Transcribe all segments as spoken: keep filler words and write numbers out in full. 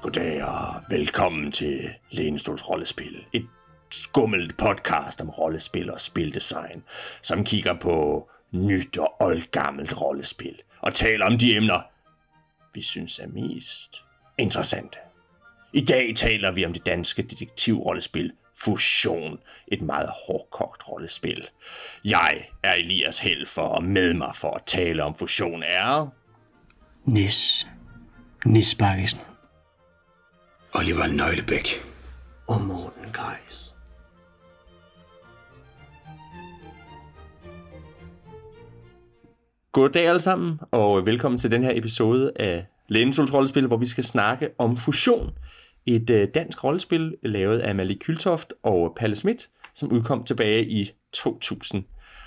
Goddag og velkommen til Lænestols Rollespil. Et skummelt podcast om rollespil og spildesign, som kigger på nyt og oldgammelt rollespil og taler om de emner, vi synes er mest interessante. I dag taler vi om det danske detektivrollespil Fusion, et meget hårdkogt rollespil. Jeg er Elias Helfer, og med mig for at tale om Fusion er... Nis. Nis Bakkesen. Oliver Nøglebæk. Og Morten Greis. Goddag alle sammen, og velkommen til den her episode af Lænestols Rollespil, hvor vi skal snakke om Fusion. Et øh, dansk rollespil lavet af Amalie Kyltoft og Palle Schmidt, som udkom tilbage i to tusind.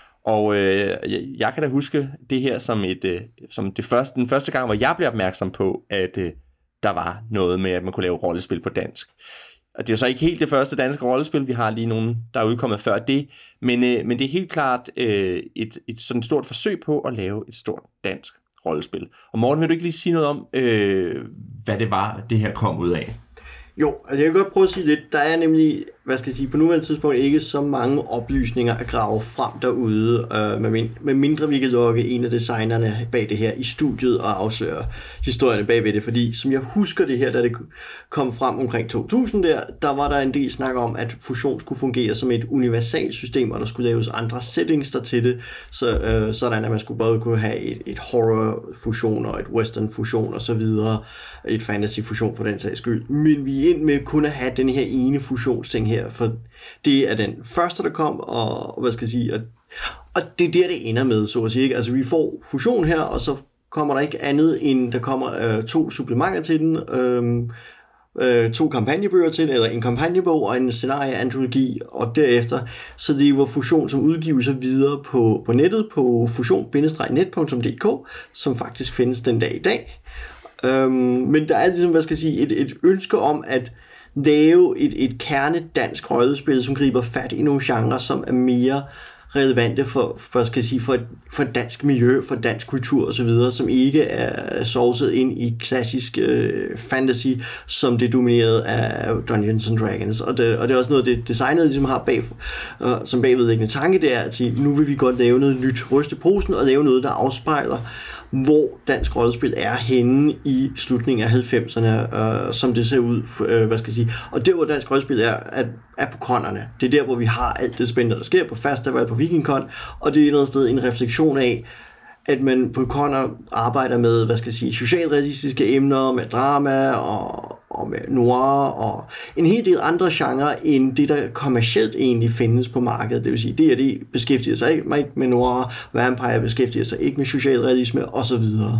Og øh, jeg kan da huske det her som, et, øh, som det første, den første gang, hvor jeg blev opmærksom på, at øh, der var noget med, at man kunne lave rollespil på dansk. Og det er så ikke helt det første danske rollespil, vi har lige nogen, der er udkommet før det, men, øh, men det er helt klart øh, et, et sådan stort forsøg på at lave et stort dansk rollespil. Og Morten, vil du ikke lige sige noget om, øh, hvad det var, det her kom ud af? Jo, altså jeg kan godt prøve at sige lidt. Der er nemlig, hvad skal jeg sige, på nuværende tidspunkt ikke så mange oplysninger at grave frem derude, øh, med, mind- med mindre vi kan lukke en af designerne bag det her i studiet og afsløre historierne bagved det, fordi som jeg husker det her, da det kom frem omkring to tusind der, der var der en del snak om, at Fusion skulle fungere som et universalsystem, og der skulle laves andre settings der til det, så, øh, sådan at man skulle både kunne have et, et horror-fusion og et western-fusion og så videre, et fantasy-fusion for den sags skyld, men vi er ind med kun at have den her ene fusionsting her, for det er den første, der kom, og hvad skal jeg sige, og, og det er der, det ender med, så at sige, ikke? Altså vi får fusion her, og så kommer der ikke andet end, der kommer øh, to supplementer til den, øh, øh, to kampagnebøger til, eller en kampagnebog og en scenarie-antologi, og derefter, så det var Fusion, som udgives videre på, på nettet, på fusion bindestreg net punktum d k, som faktisk findes den dag i dag. Øhm, men der er ligesom, hvad skal jeg sige, et, et ønske om at lave et, et kerne dansk rollespil, som griber fat i nogle genrer, som er mere relevante for, for, skal jeg sige, for, for dansk miljø, for dansk kultur osv., som ikke er sourcet ind i klassisk øh, fantasy, som det dominerede af Dungeons and Dragons. Og det, og det er også noget, det designet ligesom har bag, øh, som bagvedliggende tanke, det er at sige, nu vil vi godt lave noget nyt, ryste posen og lave noget, der afspejler hvor dansk rollespil er henne i slutningen af halvfemserne, øh, som det ser ud, øh, hvad skal jeg sige. Og der, hvor dansk rollespil er, er, er på konerne. Det er der, hvor vi har alt det spændende, der sker på Fastaval, på Vikingkon, og det er et eller andet sted en refleksion af, at man på koner arbejder med, hvad skal jeg sige, socialrealistiske emner, med drama og, og med noir og en hel del andre genrer, end det, der kommercielt egentlig findes på markedet. Det vil sige, D og D beskæftiger sig ikke med noir, Vampire beskæftiger sig ikke med socialrealisme osv.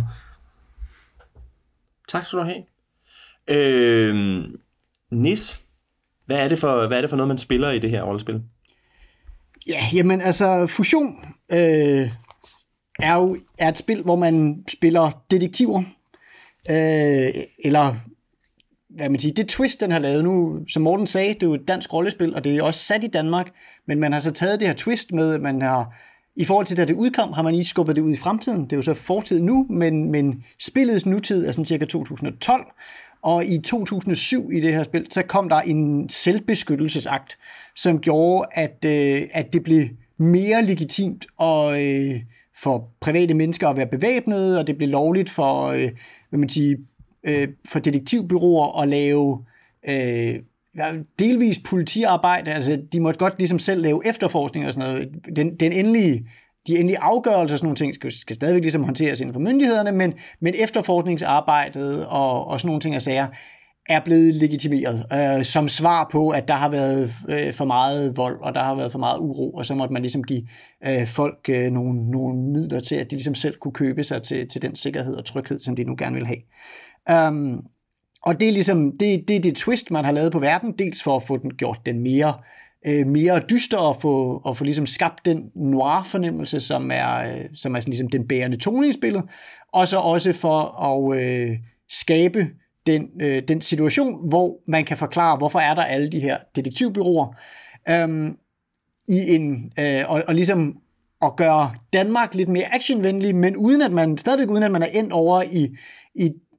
Tak skal du have. Øh, Nis, hvad er, det for, hvad er det for noget, man spiller i det her rollespil? Ja, jamen altså, Fusion øh, er jo er et spil, hvor man spiller detektiver, øh, eller hvad man siger, det twist, den har lavet nu, som Morten sagde, det er jo et dansk rollespil, og det er også sat i Danmark, men man har så taget det her twist med, at man har, i forhold til da det udkom, har man lige skubbet det ud i fremtiden. Det er jo så fortid nu, men, men spillets nutid er sådan cirka to tusind og tolv, og i to tusind og syv i det her spil, så kom der en selvbeskyttelsesakt, som gjorde, at, øh, at det blev mere legitimt og, øh, for private mennesker at være bevæbnede, og det blev lovligt for, øh, hvad man siger, øh, for detektivbureauer at lave øh, delvis politiarbejde. Altså, de måtte godt ligesom selv lave efterforskning og sådan noget. Den, den endelige, de endelige afgørelser og sådan nogle ting skal, skal stadigvæk ligesom håndteres inden for myndighederne, men, men efterforskningsarbejdet og, og sådan nogle ting og sager er blevet legitimeret øh, som svar på, at der har været øh, for meget vold, og der har været for meget uro, og så måtte man ligesom give øh, folk øh, nogle, nogle midler til, at de ligesom selv kunne købe sig til, til den sikkerhed og tryghed, som de nu gerne vil have. Um, og det er ligesom det, det er det twist, man har lavet på verden, dels for at få den gjort den mere, øh, mere dyster, og få, og få ligesom skabt den noir-fornemmelse, som er, øh, som er sådan ligesom den bærende tone i spillet, og så også for at øh, skabe Den, øh, den situation, hvor man kan forklare, hvorfor er der alle de her detektivbureauer, øhm, i en, øh, og, og ligesom at gøre Danmark lidt mere actionvenlig, men uden at man, stadigvæk uden at man er endt over i, i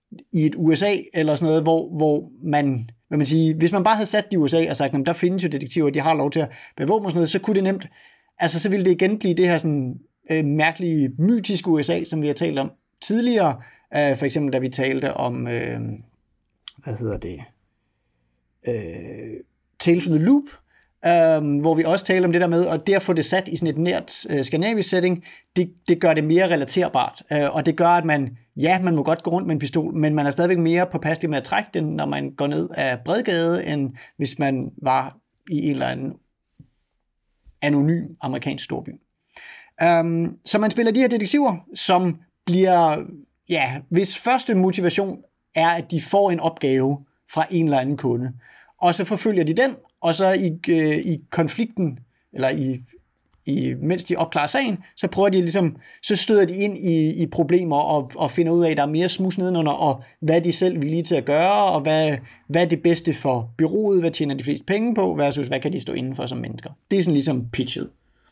i et U S A eller sådan noget, hvor, hvor man, hvad man siger, hvis man bare havde sat det i U S A og sagt, der findes jo detektiver, de har lov til at bevågne og sådan noget, så kunne det nemt, altså så ville det igen blive det her sådan øh, mærkelige, mytiske U S A, som vi har talt om tidligere, øh, for eksempel da vi talte om, øh, hvad hedder det, øh, Tales from the Loop, Um, hvor vi også taler om det der med, og det at få det sat i sådan et nært uh, skandinavisk setting, det, det gør det mere relaterbart, uh, og det gør, at man, ja, man må godt gå rundt med en pistol, men man er stadigvæk mere påpasselig med at trække den, når man går ned ad Bredgade, end hvis man var i en eller anden anonym amerikansk storby. Um, så man spiller de her detektiver, som bliver, ja, hvis første motivation er, at de får en opgave fra en eller anden kunde, og så forfølger de den, og så i, øh, i konflikten, eller i, i, mens de opklarer sagen, så prøver de ligesom, så støder de ind i, i problemer, og, og finder ud af, at der er mere smus nedenunder, og hvad de selv er villige til at gøre, og hvad, hvad er det bedste for bureauet, hvad tjener de fleste penge på, versus hvad kan de stå inden for som mennesker. Det er sådan ligesom pitchet.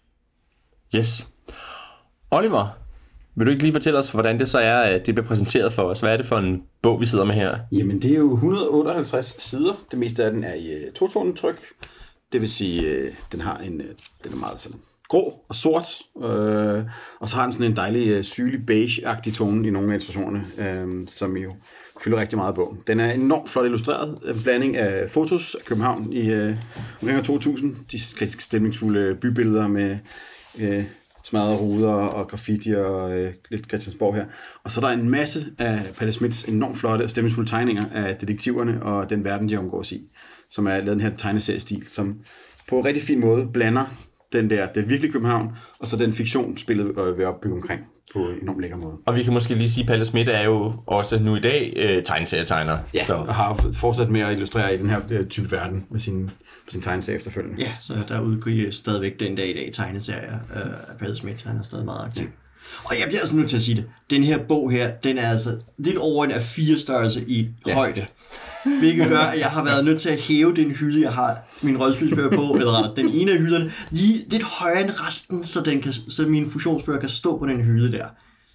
Yes. Oliver, vil du ikke lige fortælle os, hvordan det så er, at det bliver præsenteret for os? Hvad er det for en bog, vi sidder med her? Jamen, det er jo et hundrede og otteoghalvtreds sider. Det meste af den er i uh, to-tonetryk. Det vil sige, uh, den har en, uh, den er meget sådan grå og sort, uh, og så har den sådan en dejlig uh, sygelig beige-agtig tone i nogle af illustrationerne, uh, som jo fylder rigtig meget i bogen. Den er enormt flot illustreret. En blanding af fotos af København i uh, omkring to tusind. De klassiske stemningsfulde bybilleder med Uh, smadrede ruder og graffiti og øh, lidt Christiansborg her. Og så er der en masse af Palle Smiths enormt flotte og stemningsfulde tegninger af detektiverne og den verden, de omgås i, som er lavet den her tegneseriestil, som på en rigtig fin måde blander den der, det virkelige København, og så den fiktion, spillet øh, ved opbygge omkring på en enormt lækker måde. Og vi kan måske lige sige, at Palle Smith er jo også nu i dag øh, tegneserietegner. Ja, så. Og har fortsat med at illustrere i den her øh, type verden med sin, sin tegneserie efterfølgende. Ja, så der udgiver stadigvæk den dag i dag tegneserier øh, af Palle Smith. Han er stadig meget aktiv. Ja. Og jeg bliver altså nødt til at sige det. Den her bog her, den er altså lidt over en af fire størrelse i ja. højde. Hvilket gør, at jeg har været nødt til at hæve den hylde, jeg har min rollespilsbøger på, eller den ene af hylderne, lige lidt højere end resten, så, den kan, så mine fusionsbøger kan stå på den hylde der.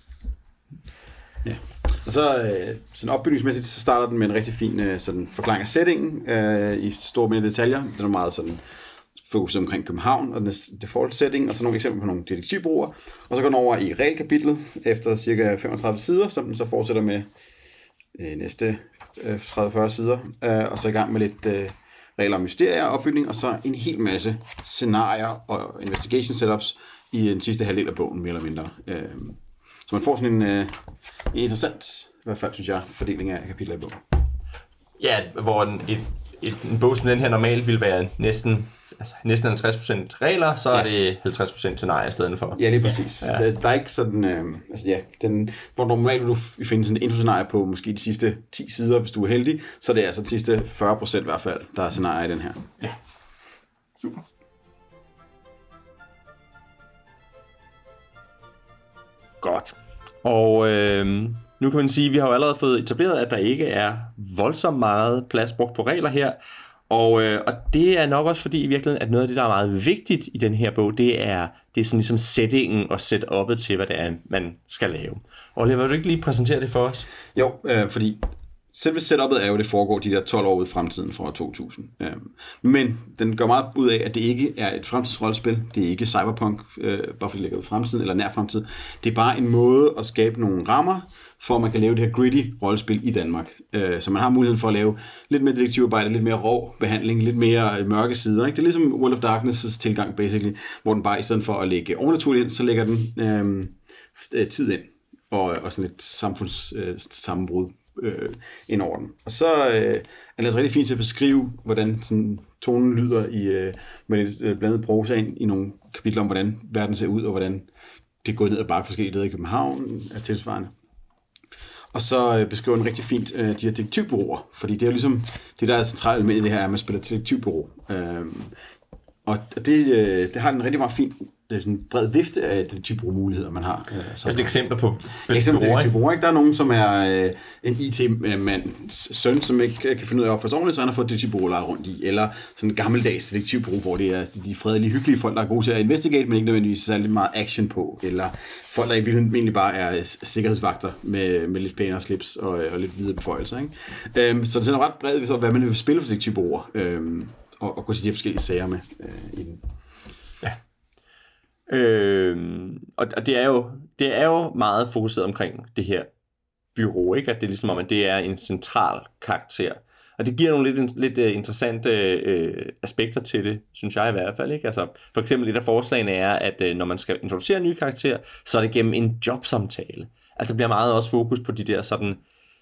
Ja. Og så øh, sådan opbygningsmæssigt, så starter den med en rigtig fin øh, sådan forklaring af settingen øh, i store mindre detaljer. Den er meget sådan fokus omkring København og den default setting, og så nogle eksempler på nogle detektivbureauer. Og så går den over i regelkapitlet efter cirka femogtredive sider, som den så fortsætter med øh, næste øh, tredive til fyrre sider, øh, og så i gang med lidt øh, regler om mysterier og opbygning, og så en hel masse scenarier og investigation setups i den sidste halvdel af bogen, mere eller mindre. Øh, så man får sådan en, øh, en interessant, i hvert fald synes jeg, fordeling af kapitler i bogen. Ja, hvor en, et, et, en bog som den her normalt vil være næsten altså næsten halvtreds procent regler, så ja. er det halvtreds procent scenarier i stedet for. Ja, lige præcis. Ja. Der, der er ikke sådan, øh, altså ja, den, hvor normalt vil du finde sådan et intro-scenarie på måske de sidste ti sider, hvis du er heldig, så det er altså de sidste fyrre procent i hvert fald, der er scenarier i den her. Ja. Super. Godt. Og øh, nu kan man sige, at vi har jo allerede fået etableret, at der ikke er voldsomt meget plads brugt på regler her. Og, øh, og det er nok også fordi i virkeligheden, at noget af det, der er meget vigtigt i den her bog, det er, det er sådan ligesom settingen og setup'et til, hvad det er, man skal lave. Oliver, vil du ikke lige præsentere det for os? Jo, øh, fordi selve setup'et er jo, det foregår de der tolv år ude i fremtiden fra to tusind. Øh, men den gør meget ud af, at det ikke er et fremtidsrollespil. Det er ikke cyberpunk, øh, bare fordi det ligger ude i fremtiden eller nær fremtid. Det er bare en måde at skabe nogle rammer, for at man kan lave det her gritty rollespil i Danmark. Øh, så man har muligheden for at lave lidt mere detektivarbejde, lidt mere rå behandling, lidt mere mørke sider. Ikke? Det er ligesom World of Darkness' tilgang, basically, hvor den bare i stedet for at lægge overnaturligt ind, så lægger den øh, tid ind, og, og sådan et samfundssammenbrud øh, ind over den. Og så øh, er det altså rigtig fint til at beskrive, hvordan sådan, tonen lyder i, øh, med et øh, blandet prosa ind i nogle kapitler om, hvordan verden ser ud, og hvordan det går ned ad bakke forskellige steder i København er tilsvarende. Og så beskriver den rigtig fint øh, de her detektivbureauer, fordi det er jo ligesom, det der er centralt element i det her, er, at man spiller detektivbureau. Øhm, og det, øh, det har en rigtig meget fin det er sådan en bred vifte af detektivbureau-muligheder, man har. Øh, altså et eksempler på eksempler til detektivbureau, ikke? Der er nogen, som er øh, en I T-mands søn, som ikke kan finde ud af at opføre sig ordentligt, så han har fået detektivbureau lejet rundt i. Eller sådan en gammeldags detektivbureau, hvor det er de fredelige, hyggelige folk, der er gode til at investigate, men ikke nødvendigvis særlig meget action på. Eller folk, der i virkeligheden egentlig bare er sikkerhedsvagter med, med lidt pænere slips og, og lidt hvide beføjelser. Ikke? Øhm, så det er ret bredt, hvad man vil spille for detektivbureauer, øhm, og, og gå til de forskellige sager med øh, i den. Ja. Øh, og, og det er jo det er jo meget fokuseret omkring det her bureau, ikke? At det er ligesom om, at det er en central karakter. Og det giver nogle lidt, lidt interessante øh, aspekter til det, synes jeg i hvert fald, ikke? Altså, for eksempel et af forslagene er, at øh, når man skal introducere en ny karakter, så er det gennem en jobsamtale. Altså, der bliver meget også fokus på de der sådan,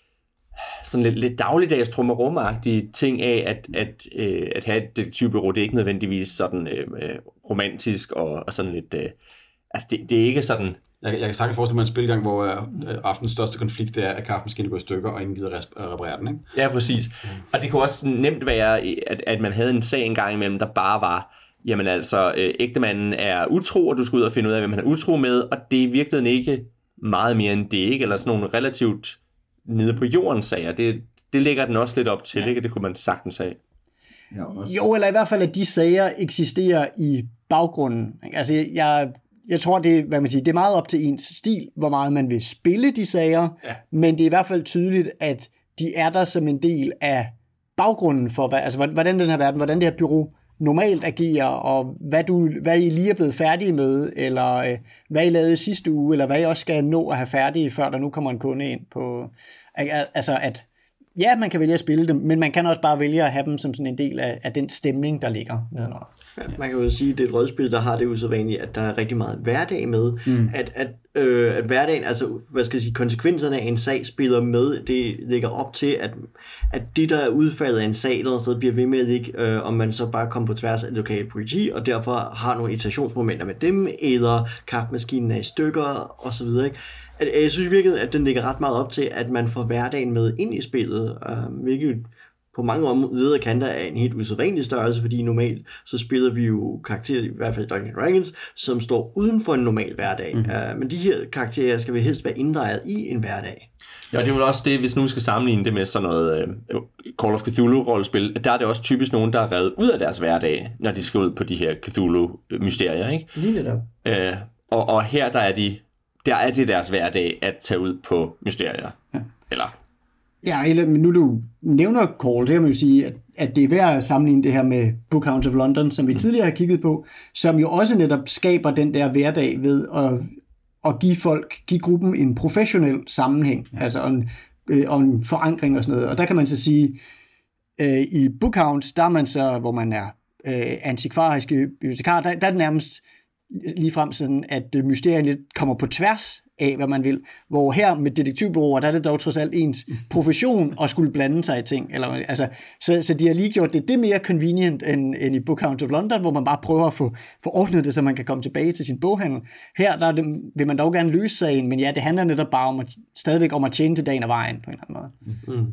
sådan lidt, lidt dagligdags trummerumagtige ting af, at, at, øh, at have et detektivbureau, det er ikke nødvendigvis sådan øh, romantisk og, og sådan lidt... Øh, altså, det, det er ikke sådan... Jeg, jeg kan sagtens forestille mig en spilgang, hvor uh, aftens største konflikt er, at kaffemaskinen går i stykker, og ingen gider at reparere den, ikke? Ja, præcis. Mm. Og det kunne også nemt være, at, at man havde en sag en gang imellem, der bare var, jamen altså, øh, ægtemanden er utro, og du skal ud og finde ud af, hvem han er utro med, og det er virkelig ikke meget mere end det, ikke? Eller sådan nogle relativt nede på jorden sager. Det, det lægger den også lidt op til, ja. Ikke? Det kunne man sagtens have. Ja, jo, eller i hvert fald, at de sager eksisterer i baggrunden. Altså, jeg... Jeg tror, det, hvad man siger, det er meget op til ens stil, hvor meget man vil spille de sager, ja. Men det er i hvert fald tydeligt, at de er der som en del af baggrunden for, hvad, altså, hvordan den her verden, hvordan det her bureau normalt agerer, og hvad, du, hvad I lige er blevet færdige med, eller øh, hvad I lavede sidste uge, eller hvad I også skal nå at have færdige, før der nu kommer en kunde ind på. Altså, at ja, man kan vælge at spille dem, men man kan også bare vælge at have dem som sådan en del af, af den stemning, der ligger nedenunder. Ja, man kan jo sige, at det er et rollespil, der har det usædvanlige, at der er rigtig meget hverdag med. Mm. At, at, øh, at hverdagen, altså hvad skal jeg sige, konsekvenserne af en sag spiller med, det ligger op til, at, at det, der er udfaldet af en sag, eller sted, bliver ved med at ligge, øh, om man så bare kommer på tværs af lokale politi, og derfor har nogle irritationsmomenter med dem, eller kaffemaskinen er i stykker, osv., ikke? Jeg synes virkelig, at den ligger ret meget op til, at man får hverdagen med ind i spillet, øh, hvilket på mange områder kanter er en helt usædvanlig størrelse, fordi normalt så spiller vi jo karakterer, i hvert fald Dungeons and Dragons, som står uden for en normal hverdag. Mm. Uh, men de her karakterer skal vi helst være indlejret i en hverdag. Ja, det er jo også det, hvis nu vi skal sammenligne det med sådan noget uh, Call of Cthulhu-rollespil, der er det også typisk nogen, der er revet ud af deres hverdag, når de skal ud på de her Cthulhu-mysterier, ikke? Lige det der. Uh, og, og her der er, de, der er det deres hverdag at tage ud på mysterier. Ja. Eller... Ja, eller nu du nævner Call, det kan man jo sige, at, at det er værd at sammenligne det her med Bookhounds of London, som vi tidligere har kigget på, som jo også netop skaber den der hverdag ved at, at give folk, give gruppen en professionel sammenhæng, ja. Altså en, øh, og en forankring og sådan noget. Og der kan man så sige, øh, i Bookhounds, der er man så, hvor man er øh, antikvariske bibliotekar, der, der er det nærmest ligefrem sådan, at mysterien lidt kommer på tværs af, hvad man vil. Hvor her med detektivbureauer, der er det dog trods alt ens profession at skulle blande sig i ting. Eller, altså, så, så de har lige gjort det, det er mere convenient end, end i Bookhounds of London, hvor man bare prøver at få, få ordnet det, så man kan komme tilbage til sin boghandel. Her der det, vil man dog gerne løse sagen, men ja, det handler netop bare om at, stadigvæk om at tjene til dagen og vejen på en eller anden måde. Mm.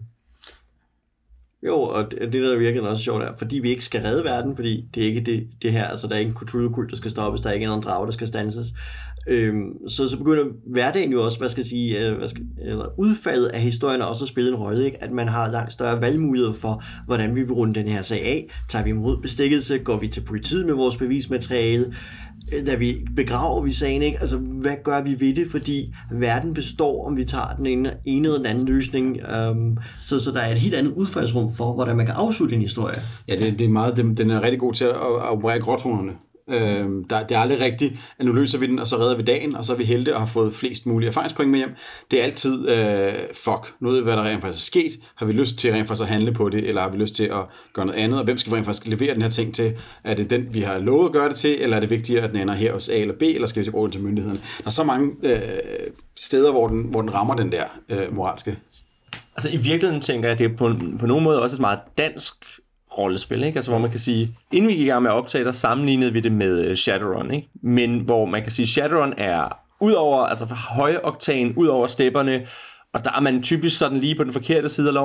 Jo, og det der er virkelig også sjovt er, fordi vi ikke skal redde verden, fordi det er ikke det, det her, altså der er ikke en Cthulhu-kult, der skal stoppes, der er ikke en drage, der skal standses. Øhm, så, så begynder hverdagen jo også, hvad skal jeg sige, øh, hvad skal, eller udfaldet af historien også at spille en rolle, ikke? At man har langt større valgmuligheder for, hvordan vi vil runde den her sag af. Tager vi imod bestikkelse, går vi til politiet med vores bevismateriale, da vi begraver vi sagen, ikke? Altså, hvad gør vi ved det? Fordi verden består, om vi tager den ene, ene eller den anden løsning. Um, så, så der er et helt andet udfaldsrum for, hvordan man kan afslutte en historie. Ja, det, det er meget, den, den er rigtig god til at, at operere gråtonerne. Øhm, der, det er aldrig rigtigt, at nu løser vi den, og så redder vi dagen, og så er vi heldige og har fået flest mulige erfaringspoint med hjem. Det er altid, øh, fuck, noget hvad der rent faktisk er sket. Har vi lyst til rent faktisk at handle på det, eller har vi lyst til at gøre noget andet, og hvem skal vi rent faktisk levere den her ting til? Er det den, vi har lovet at gøre det til, eller er det vigtigere, at den ender her hos A eller B, eller skal vi over til myndighederne? Der er så mange øh, steder, hvor den, hvor den rammer den der øh, moralske. Altså i virkeligheden tænker jeg, at det er på, på nogen måde også et meget dansk rollespil, ikke? Altså hvor man kan sige, inden vi gik i gang med at optage, der sammenlignede vi det med Shadowrun, ikke? Men hvor man kan sige, Shadowrun er udover, altså høje oktan, ud over stepperne, og der er man typisk sådan lige på den forkerte side af loven.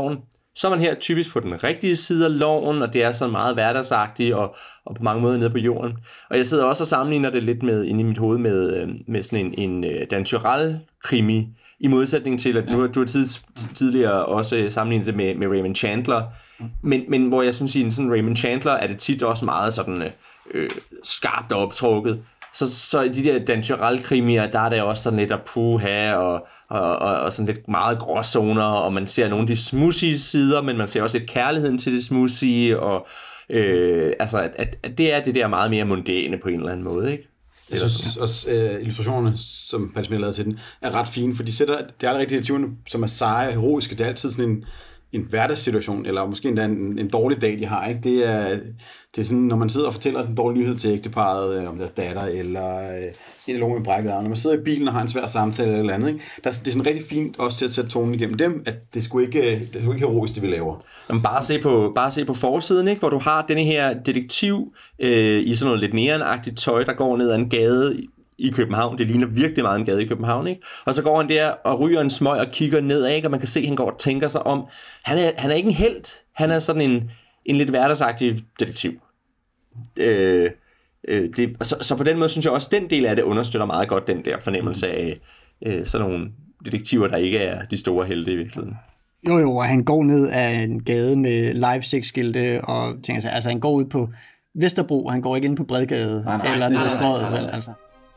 så er man her typisk på den rigtige side af loven, og det er sådan meget hverdagsagtigt, og, og på mange måder nede på jorden. Og jeg sidder også og sammenligner det lidt med, inde i mit hoved med, med sådan en, en Dan Tyrell-krimi, i modsætning til, at nu, du har tid, tidligere også sammenlignet det med, med Raymond Chandler, men, men hvor jeg synes, i en sådan Raymond Chandler er det tit også meget sådan øh, skarpt optrukket. Så, så i de der Dan Tyrell-krimier, der er det også sådan lidt at puha, og, og, og, og sådan lidt meget gråzoner, og man ser nogle af de smudsige sider, men man ser også lidt kærligheden til det smudsige, og øh, altså, at, at, at det er det der meget mere mundane på en eller anden måde, ikke? Jeg synes også, uh, illustrationerne, som Palsmith har lavet til den, er ret fine, for de sætter, det er aldrig rigtig detektiverne, som er seje og heroiske. Det er altid sådan en, en hverdagssituation, eller måske endda en, en dårlig dag, de har. Ikke? Det, er, det er sådan, når man sidder og fortæller den dårlige nyhed til ægteparret, om deres datter, eller øh, en eller med brækket arm. Når man sidder i bilen og har en svær samtale eller, eller andet, ikke? Der, det er sådan rigtig fint også til at sætte tonen igennem dem, at det skulle ikke, det skulle ikke heroisk, det vi laver. Jamen bare se på, bare se på forsiden, ikke? Hvor du har denne her detektiv øh, i sådan noget lidt neonagtigt tøj, der går ned ad en gade i København. Det ligner virkelig meget en gade i København, ikke? Og så går han der og ryger en smøg og kigger nedad, ikke? Og man kan se, at han går og tænker sig om. Han er, han er ikke en helt. Han er sådan en, en lidt hverdagsagtig detektiv. Øh, øh, det, så, så på den måde synes jeg også, at den del af det understøtter meget godt den der fornemmelse af øh, sådan nogle detektiver, der ikke er de store helte i virkeligheden. Jo jo, og han går ned ad en gade med live sex-skilte og tænker sig, altså han går ud på Vesterbro, han går ikke ind på Bredgade nej, nej, eller ned ad Strøget, vel altså.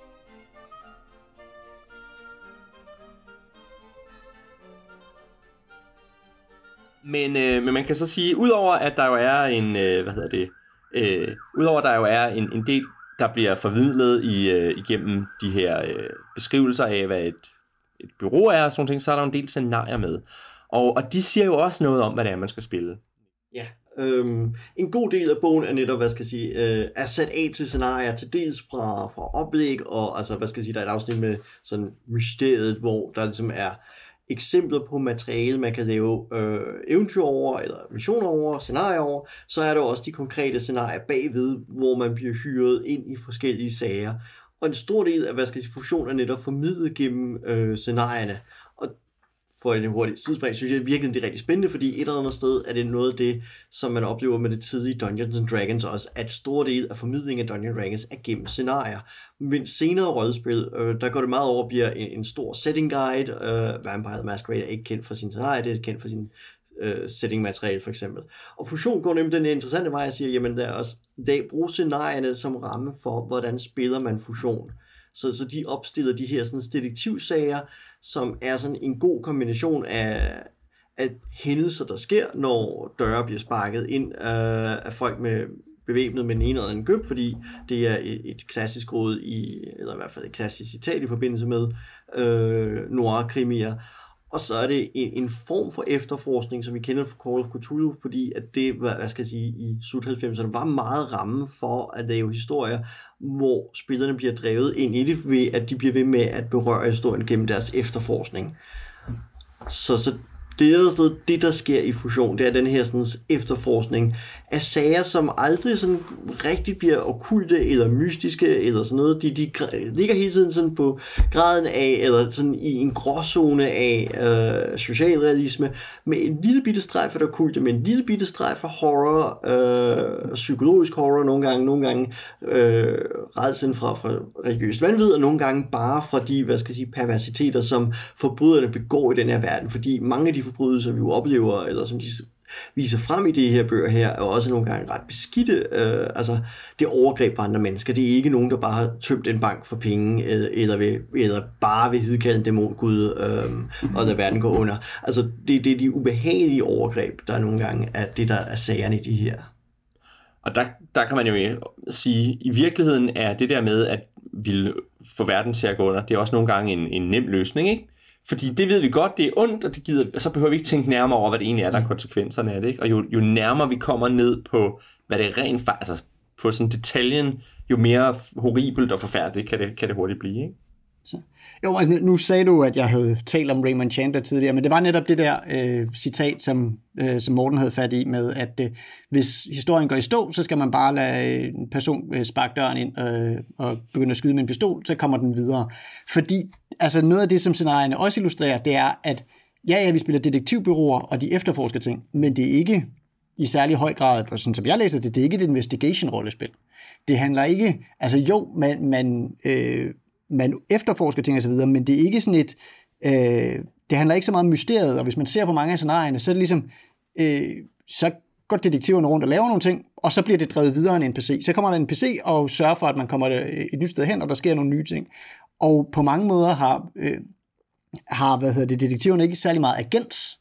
Men, øh, men man kan så sige, udover at der jo er en, øh, hvad hedder det, øh, udover at der jo er en, en del, der bliver formidlet i, øh, igennem de her øh, beskrivelser af, hvad et, et bureau er og sådan ting, så er der en del scenarier med. Og, og de siger jo også noget om, hvad det er, man skal spille. Ja, øhm, en god del af bogen er netop, hvad skal jeg sige, øh, er sat af til scenarier, til dels fra, fra oplæg, og altså, hvad skal jeg sige, der er et afsnit med sådan mysteriet, hvor der ligesom er eksempler på materiale, man kan lave øh, eventyr over, eller missioner over, scenarier over, så er der også de konkrete scenarier bagved, hvor man bliver hyret ind i forskellige sager. Og en stor del af, hvad skal jeg sige, funktionen er netop formidlet gennem øh, scenarierne. Og for en hurtig sidespring, synes jeg virkelig, det er rigtig spændende, fordi et eller andet sted er det noget af det, som man oplever med det tidlige Dungeons and Dragons også, at stor del af formidlingen af Dungeons and Dragons er gennem scenarier. Men senere rollespil, øh, der går det meget over og bliver en, en stor setting guide. Øh, Vampire the Masquerade er ikke kendt for sin scenarie, det er kendt for sin øh, setting materiale for eksempel. Og Fusion går nemlig den interessante vej og siger, jamen der er også, der bruger scenarierne som ramme for, hvordan spiller man Fusion. Så, så de opstiller de her sådan detektivsager, som er sådan en god kombination af, af hændelser, der sker, når døre bliver sparket ind af, af folk med bevæbnet med en ene eller anden gøb, fordi det er et, et klassisk råd i, eller i hvert fald et klassisk citat i forbindelse med øh, noir-krimier. Og så er det en, en form for efterforskning, som vi kender fra Call of Cthulhu, fordi at det, hvad skal jeg sige, i slut halvfemserne var meget ramme for at lave historier, hvor spillerne bliver drevet ind i det, ved at de bliver ved med at berøre historien gennem deres efterforskning. Så, så det er sted, det der sker i Fusion, det er den her sådan, efterforskning af sager, som aldrig sådan rigtig bliver okkulte eller mystiske eller sådan noget. De, de ligger hele tiden sådan på graden af, eller sådan i en gråzone af øh, socialrealisme, med en lille bitte streg for det okkulte, med en lille bitte streg for horror, øh, psykologisk horror nogle gange, nogle gange øh, rædslen fra, fra religiøst vanvid, og nogle gange bare fra de, hvad skal jeg sige, perversiteter, som forbryderne begår i den her verden, fordi mange af de forbrydelser, vi jo oplever, eller som de viser frem i de her bøger her, er også nogle gange ret beskidte. Øh, altså, det er overgreb på andre mennesker. Det er ikke nogen, der bare har tømt en bank for penge, eller, eller, ved, eller bare vil hidkalde en dæmongud, øh, og lade verden gå under. Altså, det, det er de ubehagelige overgreb, der er nogle gange er det, der er sagerne i de her. Og der, der kan man jo sige, i virkeligheden er det der med, at ville få verden til at gå under, det er også nogle gange en, en nem løsning, ikke? Fordi det ved vi godt, det er ondt, og det gider, og så behøver vi ikke tænke nærmere over, hvad det egentlig er, der er konsekvenserne af det. Ikke? Og jo, jo nærmere vi kommer ned på, hvad det rent faktisk, altså på sådan detaljen, jo mere horribelt og forfærdeligt kan det, kan det hurtigt blive. Ikke? Så. Jo, altså, nu sagde du, at jeg havde talt om Raymond Chandler tidligere, men det var netop det der øh, citat, som, øh, som Morten havde fat i med, at øh, hvis historien går i stå, så skal man bare lade en person øh, sparke døren ind øh, og begynde at skyde med en pistol, så kommer den videre. Fordi altså, noget af det, som scenarierne også illustrerer, det er, at ja, ja, vi spiller detektivbureauer, og de efterforsker ting, men det er ikke i særlig høj grad, sådan som jeg læser det, det er ikke et investigation-rollespil. Det handler ikke, altså jo, man, man, øh, man efterforsker ting og så videre, men det er ikke sådan et, øh, det handler ikke så meget om mysteriet, og hvis man ser på mange af scenarierne, så er det ligesom, øh, så går detektiverne rundt og laver nogle ting, og så bliver det drevet videre end en N P C. Så kommer der en N P C og sørger for, at man kommer et nyt sted hen, og der sker nogle nye ting. Og på mange måder har, øh, har hvad hedder det, detektiverne ikke særlig meget agens,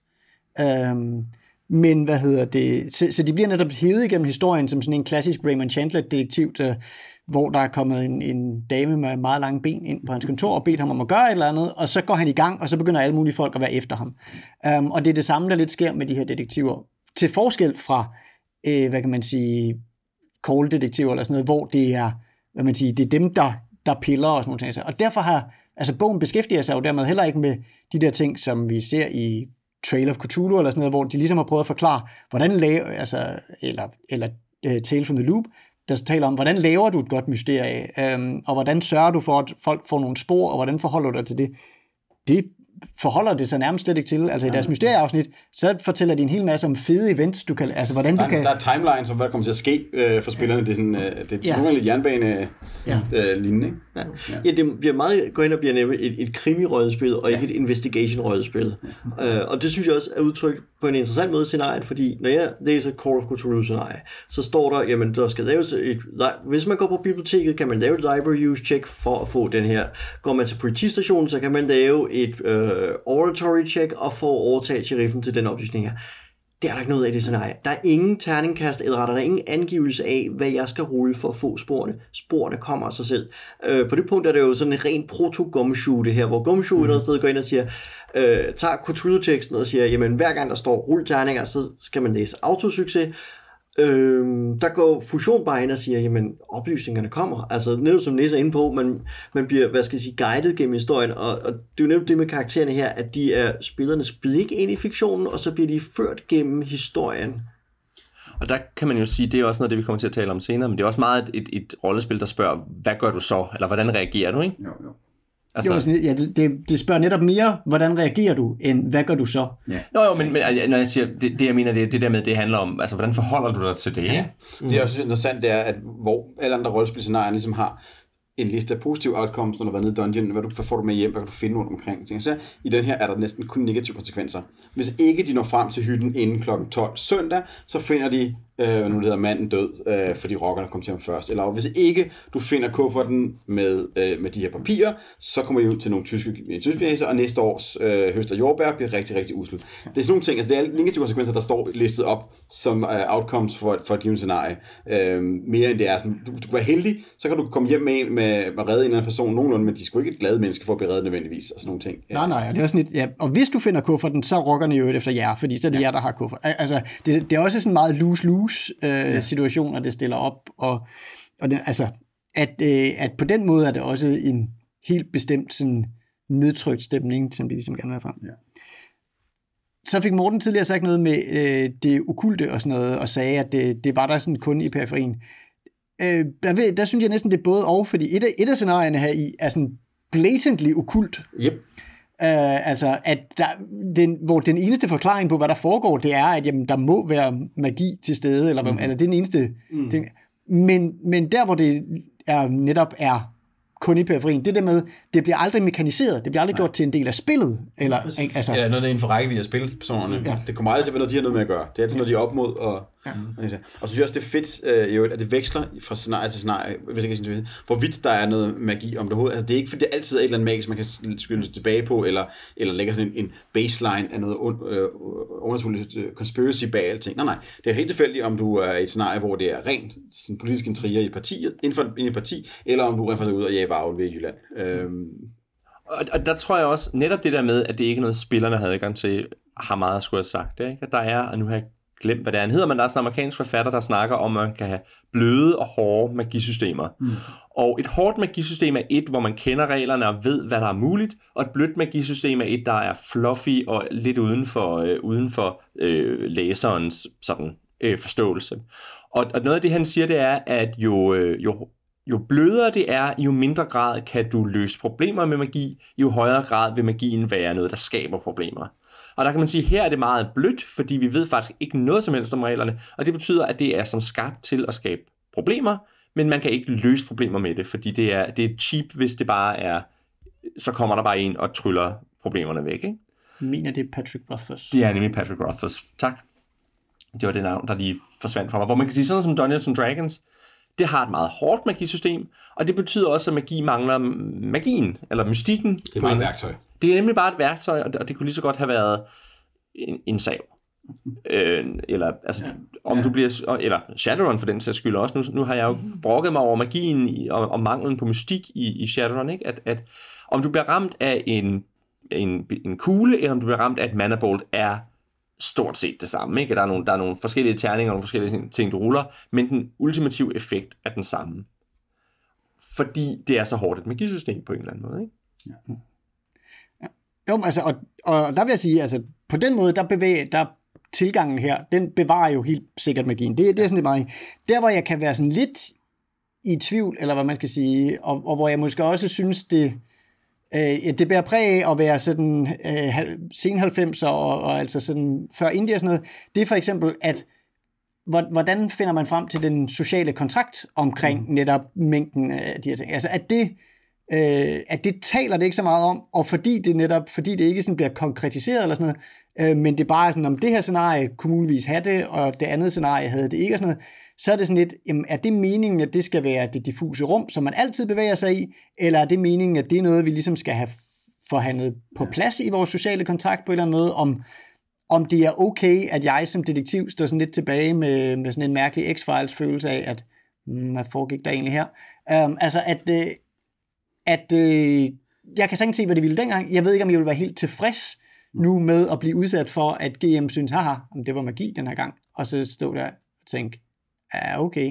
øhm, men hvad hedder det, så, så de bliver netop hævet igennem historien som sådan en klassisk Raymond Chandler-detektiv, der, hvor der er kommet en, en dame med meget lange ben ind på hans kontor og bedt ham om at gøre et eller andet, og så går han i gang, og så begynder alle mulige folk at være efter ham. Um, og det er det samme, der lidt sker med de her detektiver. Til forskel fra, øh, hvad kan man sige, call-detektiver eller sådan noget, hvor det er, hvad man siger, det er dem, der, der piller og sådan noget. Og derfor har, altså bogen beskæftiger sig jo dermed heller ikke med de der ting, som vi ser i Trail of Cthulhu eller sådan noget, hvor de ligesom har prøvet at forklare, hvordan laver, altså, eller, eller uh, Tale from the Loop, der taler om, hvordan laver du et godt mysterie, um, og hvordan sørger du for, at folk får nogle spor, og hvordan forholder du dig til det. Det forholder det sig nærmest slet ikke til. Altså i deres mysterieafsnit, så fortæller de en hel masse om fede events, du kan, altså hvordan der, du kan... Der er timelines om, hvad der kommer til at ske øh, for spillerne. Det er sådan, øh, det er ja. nogle gange lidt jernbane ja. øh, lignende, ikke? Ja. Ja. ja, det bliver meget, går hen og bliver nemlig et, et krimi-rollespil, og ikke ja. et investigation-rollespil. Ja. Uh, og det synes jeg også er udtrykt på en interessant måde i scenariet, fordi når jeg læser Call of Cthulhu-scenarie, så står der, jamen der skal laves et, hvis man går på biblioteket, kan man lave et library use check for at få den her. Går man til politistationen, så kan man lave et uh, oratory check og få overtaget sheriffen til den oplysning her. Det er der ikke noget af det scenarie. Der er ingen terningkast, eller rettere, der er ingen angivelse af, hvad jeg skal rulle for at få sporene. Sporene kommer af sig selv. Øh, på det punkt er det jo sådan en ren proto-gumshoe det her, hvor gumshoe mm. et eller andet sted går ind og siger, øh, tager Cthulhu-teksten og siger, jamen hver gang der står rull terninger, så skal man læse autosucces. Øhm, der går fusion bare ind og siger, jamen oplysningerne kommer, altså netop som læser inde på, man, man bliver, hvad skal jeg sige, guidet gennem historien, og, og det er jo netop det med karaktererne her, at de er spillernes blik ind i fiktionen, og så bliver de ført gennem historien. Og der kan man jo sige, det er også noget det vi kommer til at tale om senere, men det er også meget et, et, et rollespil, der spørger, hvad gør du så, eller hvordan reagerer du, ikke? Jo, jo. Altså, jo, ja, det, det spørger netop mere, hvordan reagerer du, end hvad gør du så? Ja. Nå jo, men, men når jeg siger, det, det jeg mener, det, det der med, det handler om, altså hvordan forholder du dig til det? Ja. Mm. Det er også interessant, det er, at hvor alle andre rollespilscenarier ligesom har en liste af positive outcomes, når du har været nede i dungeon, hvad, du, hvad får du med hjem, hvad kan du finde rundt omkring. Så i den her er der næsten kun negative konsekvenser. Hvis ikke de når frem til hytten inden klokken tolv søndag, så finder de, øh, nu hedder manden død, øh, fordi rockerne kom til ham først. Eller hvis ikke du finder kufferten med, øh, med de her papirer, så kommer de ud til nogle tyske tyskbjæser, og næste års øh, høst af jordbær bliver rigtig, rigtig usel. Det er sådan nogle ting, altså det er negative konsekvenser, der står listet op som øh, outcomes for, for et givet scenarie. Øh, mere end det er sådan, du, du kan være heldig, så kan du komme hjem med en, med, med at redde en eller anden person nogenlunde, men de skulle ikke et glade menneske for at blive reddet nødvendigvis, og sådan nogle ting. Nej, nej, det er sådan et, ja. Og hvis du finder kufferten, så rockerne jo efter jer, fordi så er det ja. jer, der har kuffert. Altså, det, det er også sådan meget lose-lose øh, ja. situationer, det stiller op, og, og det, altså, at, øh, at på den måde er det også en helt bestemt sådan nedtrykt stemning, som de ligesom gerne vil have frem. Ja. Så fik Morten tidligere sagt noget med øh, det okulte og sådan noget, og sagde, at det, det var der sådan kun i periferien. Øh, der, ved, der synes jeg næsten, det er både og, fordi et af, et af scenarierne her i er sådan blatantly okkult. Yep. Uh, altså, at der, den, hvor den eneste forklaring på, hvad der foregår, det er, at jamen, der må være magi til stede, eller, mm. eller det er den eneste mm. ting. Men, men der, hvor det er, netop er kun i periferien, det der med, det bliver aldrig mekaniseret, det bliver aldrig Nej. gjort til en del af spillet. Eller, altså, ja, noget der er inden for rækkevidde af spilpersonerne. Ja. Det kommer aldrig til at være noget, de har noget med at gøre. Det er altid noget, de er op mod. Og, ja. og, og så synes jeg også, det er fedt, øh, at det veksler fra scenarie til scenarie, hvis jeg kan sige, hvorvidt der er noget magi om det hovedet. Altså, det er ikke, fordi det altid er et eller andet magisk, man kan skynde tilbage på, eller, eller lægge sådan en, en baseline af noget øh, undertrykt uh, conspiracy bag alting. Nej, nej. Det er helt tilfældigt, om du er i et scenarie, hvor det er rent sådan, politisk intriger i partiet, inden for en parti, eller om du rent faktisk er ude og jage varvel ved Jylland. Øhm. Og, og der tror jeg også, netop det der med, at det ikke er noget, spillerne havde adgang til, har meget at skulle have sagt. Ikke? At der er, og nu har jeg glemt, hvad det er, han hedder, men der er sådan en amerikansk forfatter, der snakker om, at man kan have bløde og hårde magisystemer. Mm. Og et hårdt magisystem er et, hvor man kender reglerne og ved, hvad der er muligt, og et blødt magisystem er et, der er fluffy og lidt uden for, øh, uden for øh, læserens sådan, øh, forståelse. Og, og noget af det, han siger, det er, at jo, øh, jo jo blødere det er, jo mindre grad kan du løse problemer med magi, jo højere grad vil magien være noget, der skaber problemer. Og der kan man sige, at her er det meget blødt, fordi vi ved faktisk ikke noget som helst om reglerne, og det betyder, at det er som skabt til at skabe problemer, men man kan ikke løse problemer med det, fordi det er, det er cheap, hvis det bare er, så kommer der bare en og tryller problemerne væk, ikke? Jeg mener, det er Patrick Rothfuss. Det er nemlig Patrick Rothfuss. Tak. Det var det navn, der lige forsvandt fra mig. Hvor man kan sige, sådan som Dungeons and Dragons, det har et meget hårdt magisystem, og det betyder også, at magi mangler magien, eller mystikken. Det er bare et værktøj. Det er nemlig bare et værktøj, og det, og det kunne lige så godt have været en, en sav. Øh, eller, altså, ja. om ja. du bliver, eller Shadowrun for den sags skyld også. Nu, nu har jeg jo brokket mig over magien i, og, og manglen på mystik i, i Shadowrun, ikke? At, at om du bliver ramt af en, en, en kugle, eller om du bliver ramt af et mana bolt, er stort set det samme, ikke? Der er nogle, der er nogle forskellige terninger og nogle forskellige ting, du ruller, men den ultimative effekt er den samme. Fordi det er så hårdt et magisystem på en eller anden måde, ikke? Ja. Ja. Jo, altså, og, og der vil jeg sige, altså, på den måde, der bevæger, der tilgangen her, den bevarer jo helt sikkert magien. Det, det er sådan lidt meget. Der, hvor jeg kan være sådan lidt i tvivl, eller hvad man skal sige, og, og hvor jeg måske også synes, det Øh, det bærer præg af at være sådan øh, sen halvfemser og, og altså sådan før Indie og sådan noget. Det er for eksempel, at hvordan finder man frem til den sociale kontrakt omkring mm. netop mængden af de her ting. Altså at det, øh, at det taler det ikke så meget om, og fordi det netop, fordi det ikke sådan bliver konkretiseret eller sådan noget, øh, men det er bare sådan, om det her scenarie kunne muligvis have det, og det andet scenarie havde det ikke og sådan noget, så er det sådan lidt, jamen, er det meningen, at det skal være det diffuse rum, som man altid bevæger sig i, eller er det meningen, at det er noget, vi ligesom skal have forhandlet på plads i vores sociale kontakt på en eller anden måde, om, om det er okay, at jeg som detektiv står sådan lidt tilbage med, med sådan en mærkelig X-Files følelse af, at hmm, hvad foregik der egentlig her? Um, altså, at, uh, at uh, jeg kan sagtens se, hvad det ville dengang. Jeg ved ikke, om jeg ville være helt tilfreds nu med at blive udsat for, at G M synes, haha, det var magi den her gang, og så stod der og tænkte, ja, okay,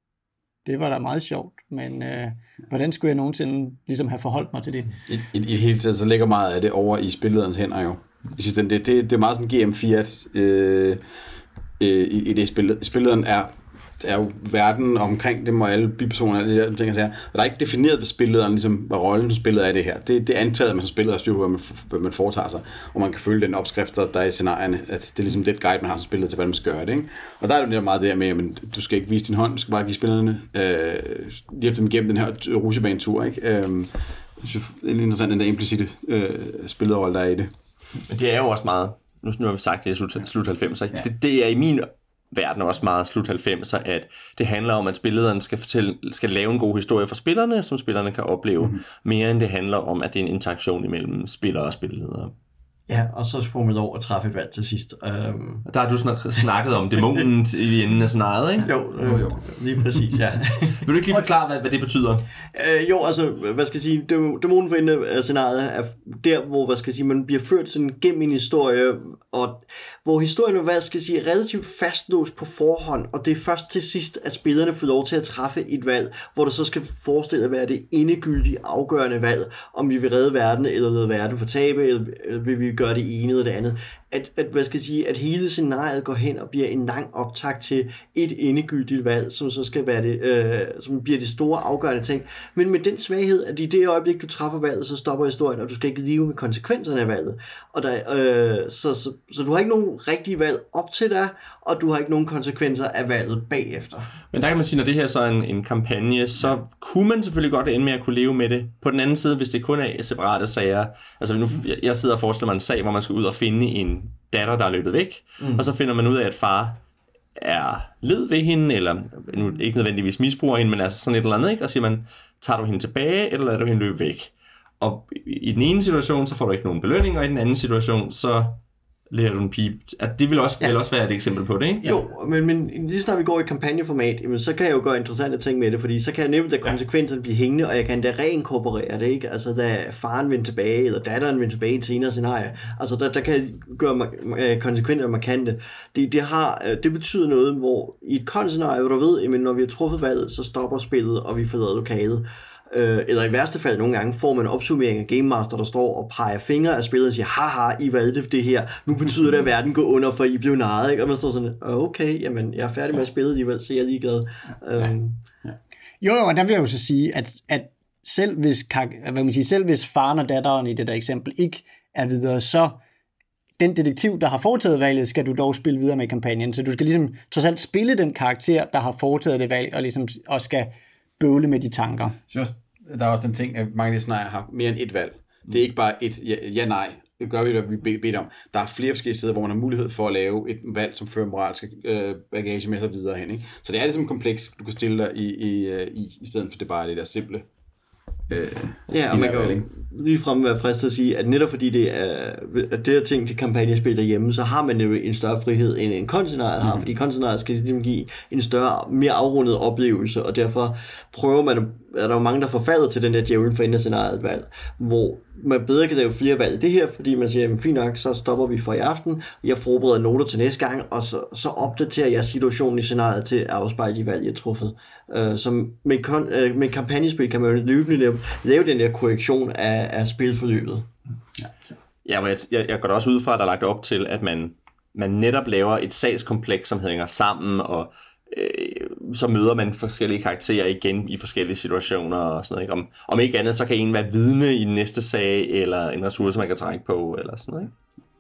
det var da meget sjovt, men øh, hvordan skulle jeg nogensinde ligesom have forholdt mig til det? I, i, i det hele taget, så ligger meget af det over i spillederens hænder jo. Jeg synes, det, det, det er meget sådan G M Fiat øh, øh, i, i det spil. Spillederen er, er jo verden omkring dem og alle bipersoner og alle de der ting, jeg siger. Og der er ikke defineret ved spillederen, ligesom, hvad rollen som spillet er i det her. Det, det er antaget, at man som spiller har styr på, hvad man, hvad man foretager sig, og man kan følge den opskrift, der er i scenarierne, at det er ligesom det guide, man har som spiller til, hvordan man skal gøre det. Ikke? Og der er det jo meget der med, at du skal ikke vise din hånd, du skal bare give spillerne, øh, hjælpe dem igennem den her rutsjebanetur. Ikke? Øh, det er lidt interessant, den der implicite øh, spillerrolle, der er i det. Men det er jo også meget, nu, nu har vi sagt, at det er slut, slut halvfemser. Ja. Det, det er i min verden også meget slut halvfemser, at det handler om, at spillederen skal, fortælle, skal lave en god historie for spillerne, som spillerne kan opleve, mm-hmm. mere end det handler om, at det er en interaktion imellem spillere og spilledere. Ja, og så får man lov at træffe et valg til sidst. Um... Der har du snak- snakket om dæmonen i enden af scenariet, ikke? Jo, øh, jo, jo, lige præcis, ja. Vil du ikke lige forklare, hvad, hvad det betyder? Øh, jo, altså, hvad skal jeg sige, dæmonen for enden af scenariet er der, hvor, hvad skal jeg sige, man bliver ført sådan gennem en historie, og hvor historien, hvad skal jeg sige, er relativt fastlåst på forhånd, og det er først til sidst, at spillerne får lov til at træffe et valg, hvor der så skal forestille at være det endegyldige, afgørende valg, om vi vil redde verden, eller lade verden fortabe, eller vil vi gøre det ene eller det andet. At, at, hvad skal jeg sige, at hele scenariet går hen og bliver en lang optakt til et endegyldigt valg, som så skal være det, øh, som bliver det store afgørende ting. Men med den svaghed, at i det øjeblik, du træffer valget, så stopper historien, og du skal ikke leve med konsekvenserne af valget. Og der, øh, så, så, så du har ikke nogen rigtige valg op til dig, og du har ikke nogen konsekvenser af valget bagefter. Men der kan man sige, når det her så er en, en kampagne, så kunne man selvfølgelig godt ende med at kunne leve med det. På den anden side, hvis det kun er separate sager, altså nu, jeg sidder og forestiller mig en sag, hvor man skal ud og finde en datter, der er løbet væk, mm. og så finder man ud af, at far er led ved hende, eller nu ikke nødvendigvis misbruger hende, men altså sådan et eller andet, ikke? Og siger man, tager du hende tilbage, eller lader du hende løbe væk? Og i den ene situation, så får du ikke nogen belønning, og i den anden situation, så lærer du en pip. At det vil også, ja. vil også være et eksempel på det, ikke? Jo, men, men lige snart vi går i kampagneformat, jamen, så kan jeg jo gøre interessante ting med det, fordi så kan jeg nemt lade konsekvenserne blive hængende, og jeg kan da reinkorporere det, ikke? Altså, da faren vender tilbage, eller datteren vender tilbage i et senere scenarie, altså, der, der kan jeg gøre konsekvenserne markante. Det, det, har, det betyder noget, hvor i et kon-scenarie, hvor du ved, jamen, når vi har truffet valget, så stopper spillet, og vi forlader lokalet. Eller i værste fald nogle gange får man en opsummering af Game Master, der står og peger fingre af spillet og siger, haha, I valgte det her, nu betyder det, at verden går under, for I blev narret, ikke? Og man står sådan, okay, jamen, jeg er færdig med at spille alligevel, så jeg er ligeglad. Ja. Um, ja. Jo, jo, og der vil jeg jo så sige, at, at selv, hvis, hvad man siger, selv hvis faren og datteren i det der eksempel ikke er videre, så den detektiv, der har foretaget valget, skal du dog spille videre med kampagnen. Så du skal ligesom trods alt spille den karakter, der har foretaget det valg, og ligesom også skal bøvle med de tanker. Så der er også en ting, at mange af de scenarier har mere end et valg. Det er ikke bare et ja-nej. Det gør vi, hvad vi beder om. Der er flere forskellige steder, hvor man har mulighed for at lave et valg, som fører moralsk øh, bagage med sig videre hen. Ikke? Så det er ligesom kompleks, du kan stille dig i, i, i, i stedet for det bare det der simple. Øh, ja, og man kan jo ligefrem være fristet at sige, at netop fordi det er at det her ting til kampagnespil derhjemme, så har man jo en større frihed, end en kontinent har, mm. fordi kontinent skal ligesom give en større, mere afrundet oplevelse, og derfor prøver man, er der jo mange, der forfalder til den der djævlen for scenariet valg, hvor man bedre kan lave flere valg. Det her, fordi man siger, fint nok, så stopper vi for i aften, jeg forbereder noter til næste gang, og så, så opdaterer jeg situationen i scenariet til at afspejle de valg, jeg har truffet. Uh, som med, kon- uh, med kampagnespil kan man jo løbende lave, lave den der korrektion af, af spilforløbet. Ja, ja men jeg, jeg, jeg går da også ud fra, at der er lagt op til, at man, man netop laver et sagskompleks, som hænger sammen, og øh, så møder man forskellige karakterer igen i forskellige situationer og sådan noget. Ikke? Om, om ikke andet, så kan en være vidne i den næste sag, eller en ressource, man kan trække på, eller sådan noget. Ikke?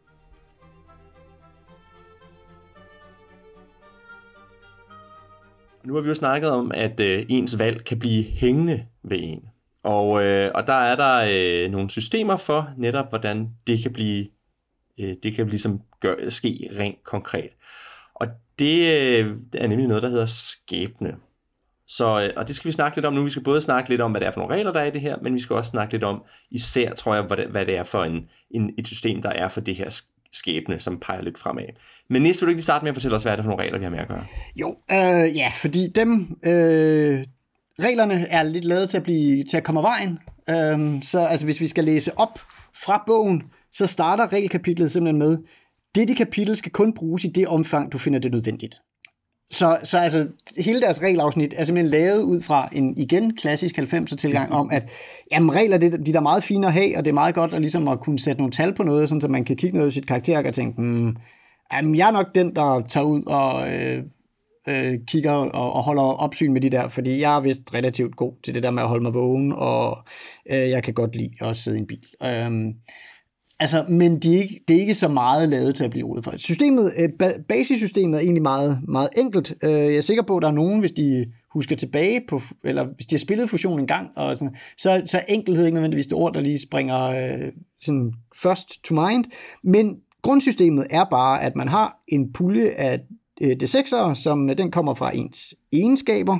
Nu har vi jo snakket om, at øh, ens valg kan blive hængende ved en. Og, øh, og der er der øh, nogle systemer for netop, hvordan det kan blive, øh, det kan ligesom gør, ske rent konkret. Og det, øh, det er nemlig noget, der hedder skæbne. Så, øh, og det skal vi snakke lidt om nu. Vi skal både snakke lidt om, hvad det er for nogle regler, der er i det her, men vi skal også snakke lidt om, især tror jeg, hvad det, hvad det er for en, en, et system, der er for det her skæbne, som peger lidt fremad. Men Nis, vil du ikke lige starte med at fortælle os, hvad er det for nogle regler, vi har med at gøre? Jo, øh, ja, fordi dem, øh, reglerne er lidt lavet til at, blive, til at komme af vejen. Øh, så altså, hvis vi skal læse op fra bogen, så starter regelkapitlet simpelthen med, dette kapitel skal kun bruges i det omfang, du finder det nødvendigt. Så, så altså, hele deres regelafsnit er simpelthen lavet ud fra en, igen, klassisk halvfemser tilgang om, at jamen, regler, det, de er da meget fine at have, og det er meget godt at, ligesom at kunne sætte nogle tal på noget, sådan, så man kan kigge noget i sit karakter og tænke, hmm, jamen, jeg er nok den, der tager ud og øh, øh, kigger og, og holder opsyn med de der, fordi jeg er vist relativt god til det der med at holde mig vågen, og øh, jeg kan godt lide at sidde i en bil. Øh, Altså, men de er ikke, det er ikke så meget lavet til at blive rodet for. Systemet, basissystemet er egentlig meget, meget enkelt. Jeg er sikker på, at der er nogen, hvis de husker tilbage på, eller hvis de har spillet fusion en gang, og sådan, så, så er enkelhed ikke nødvendigvis det ord, der lige springer øh, sådan first to mind. Men grundsystemet er bare, at man har en pulje af øh, D seks'ere, som den kommer fra ens egenskaber,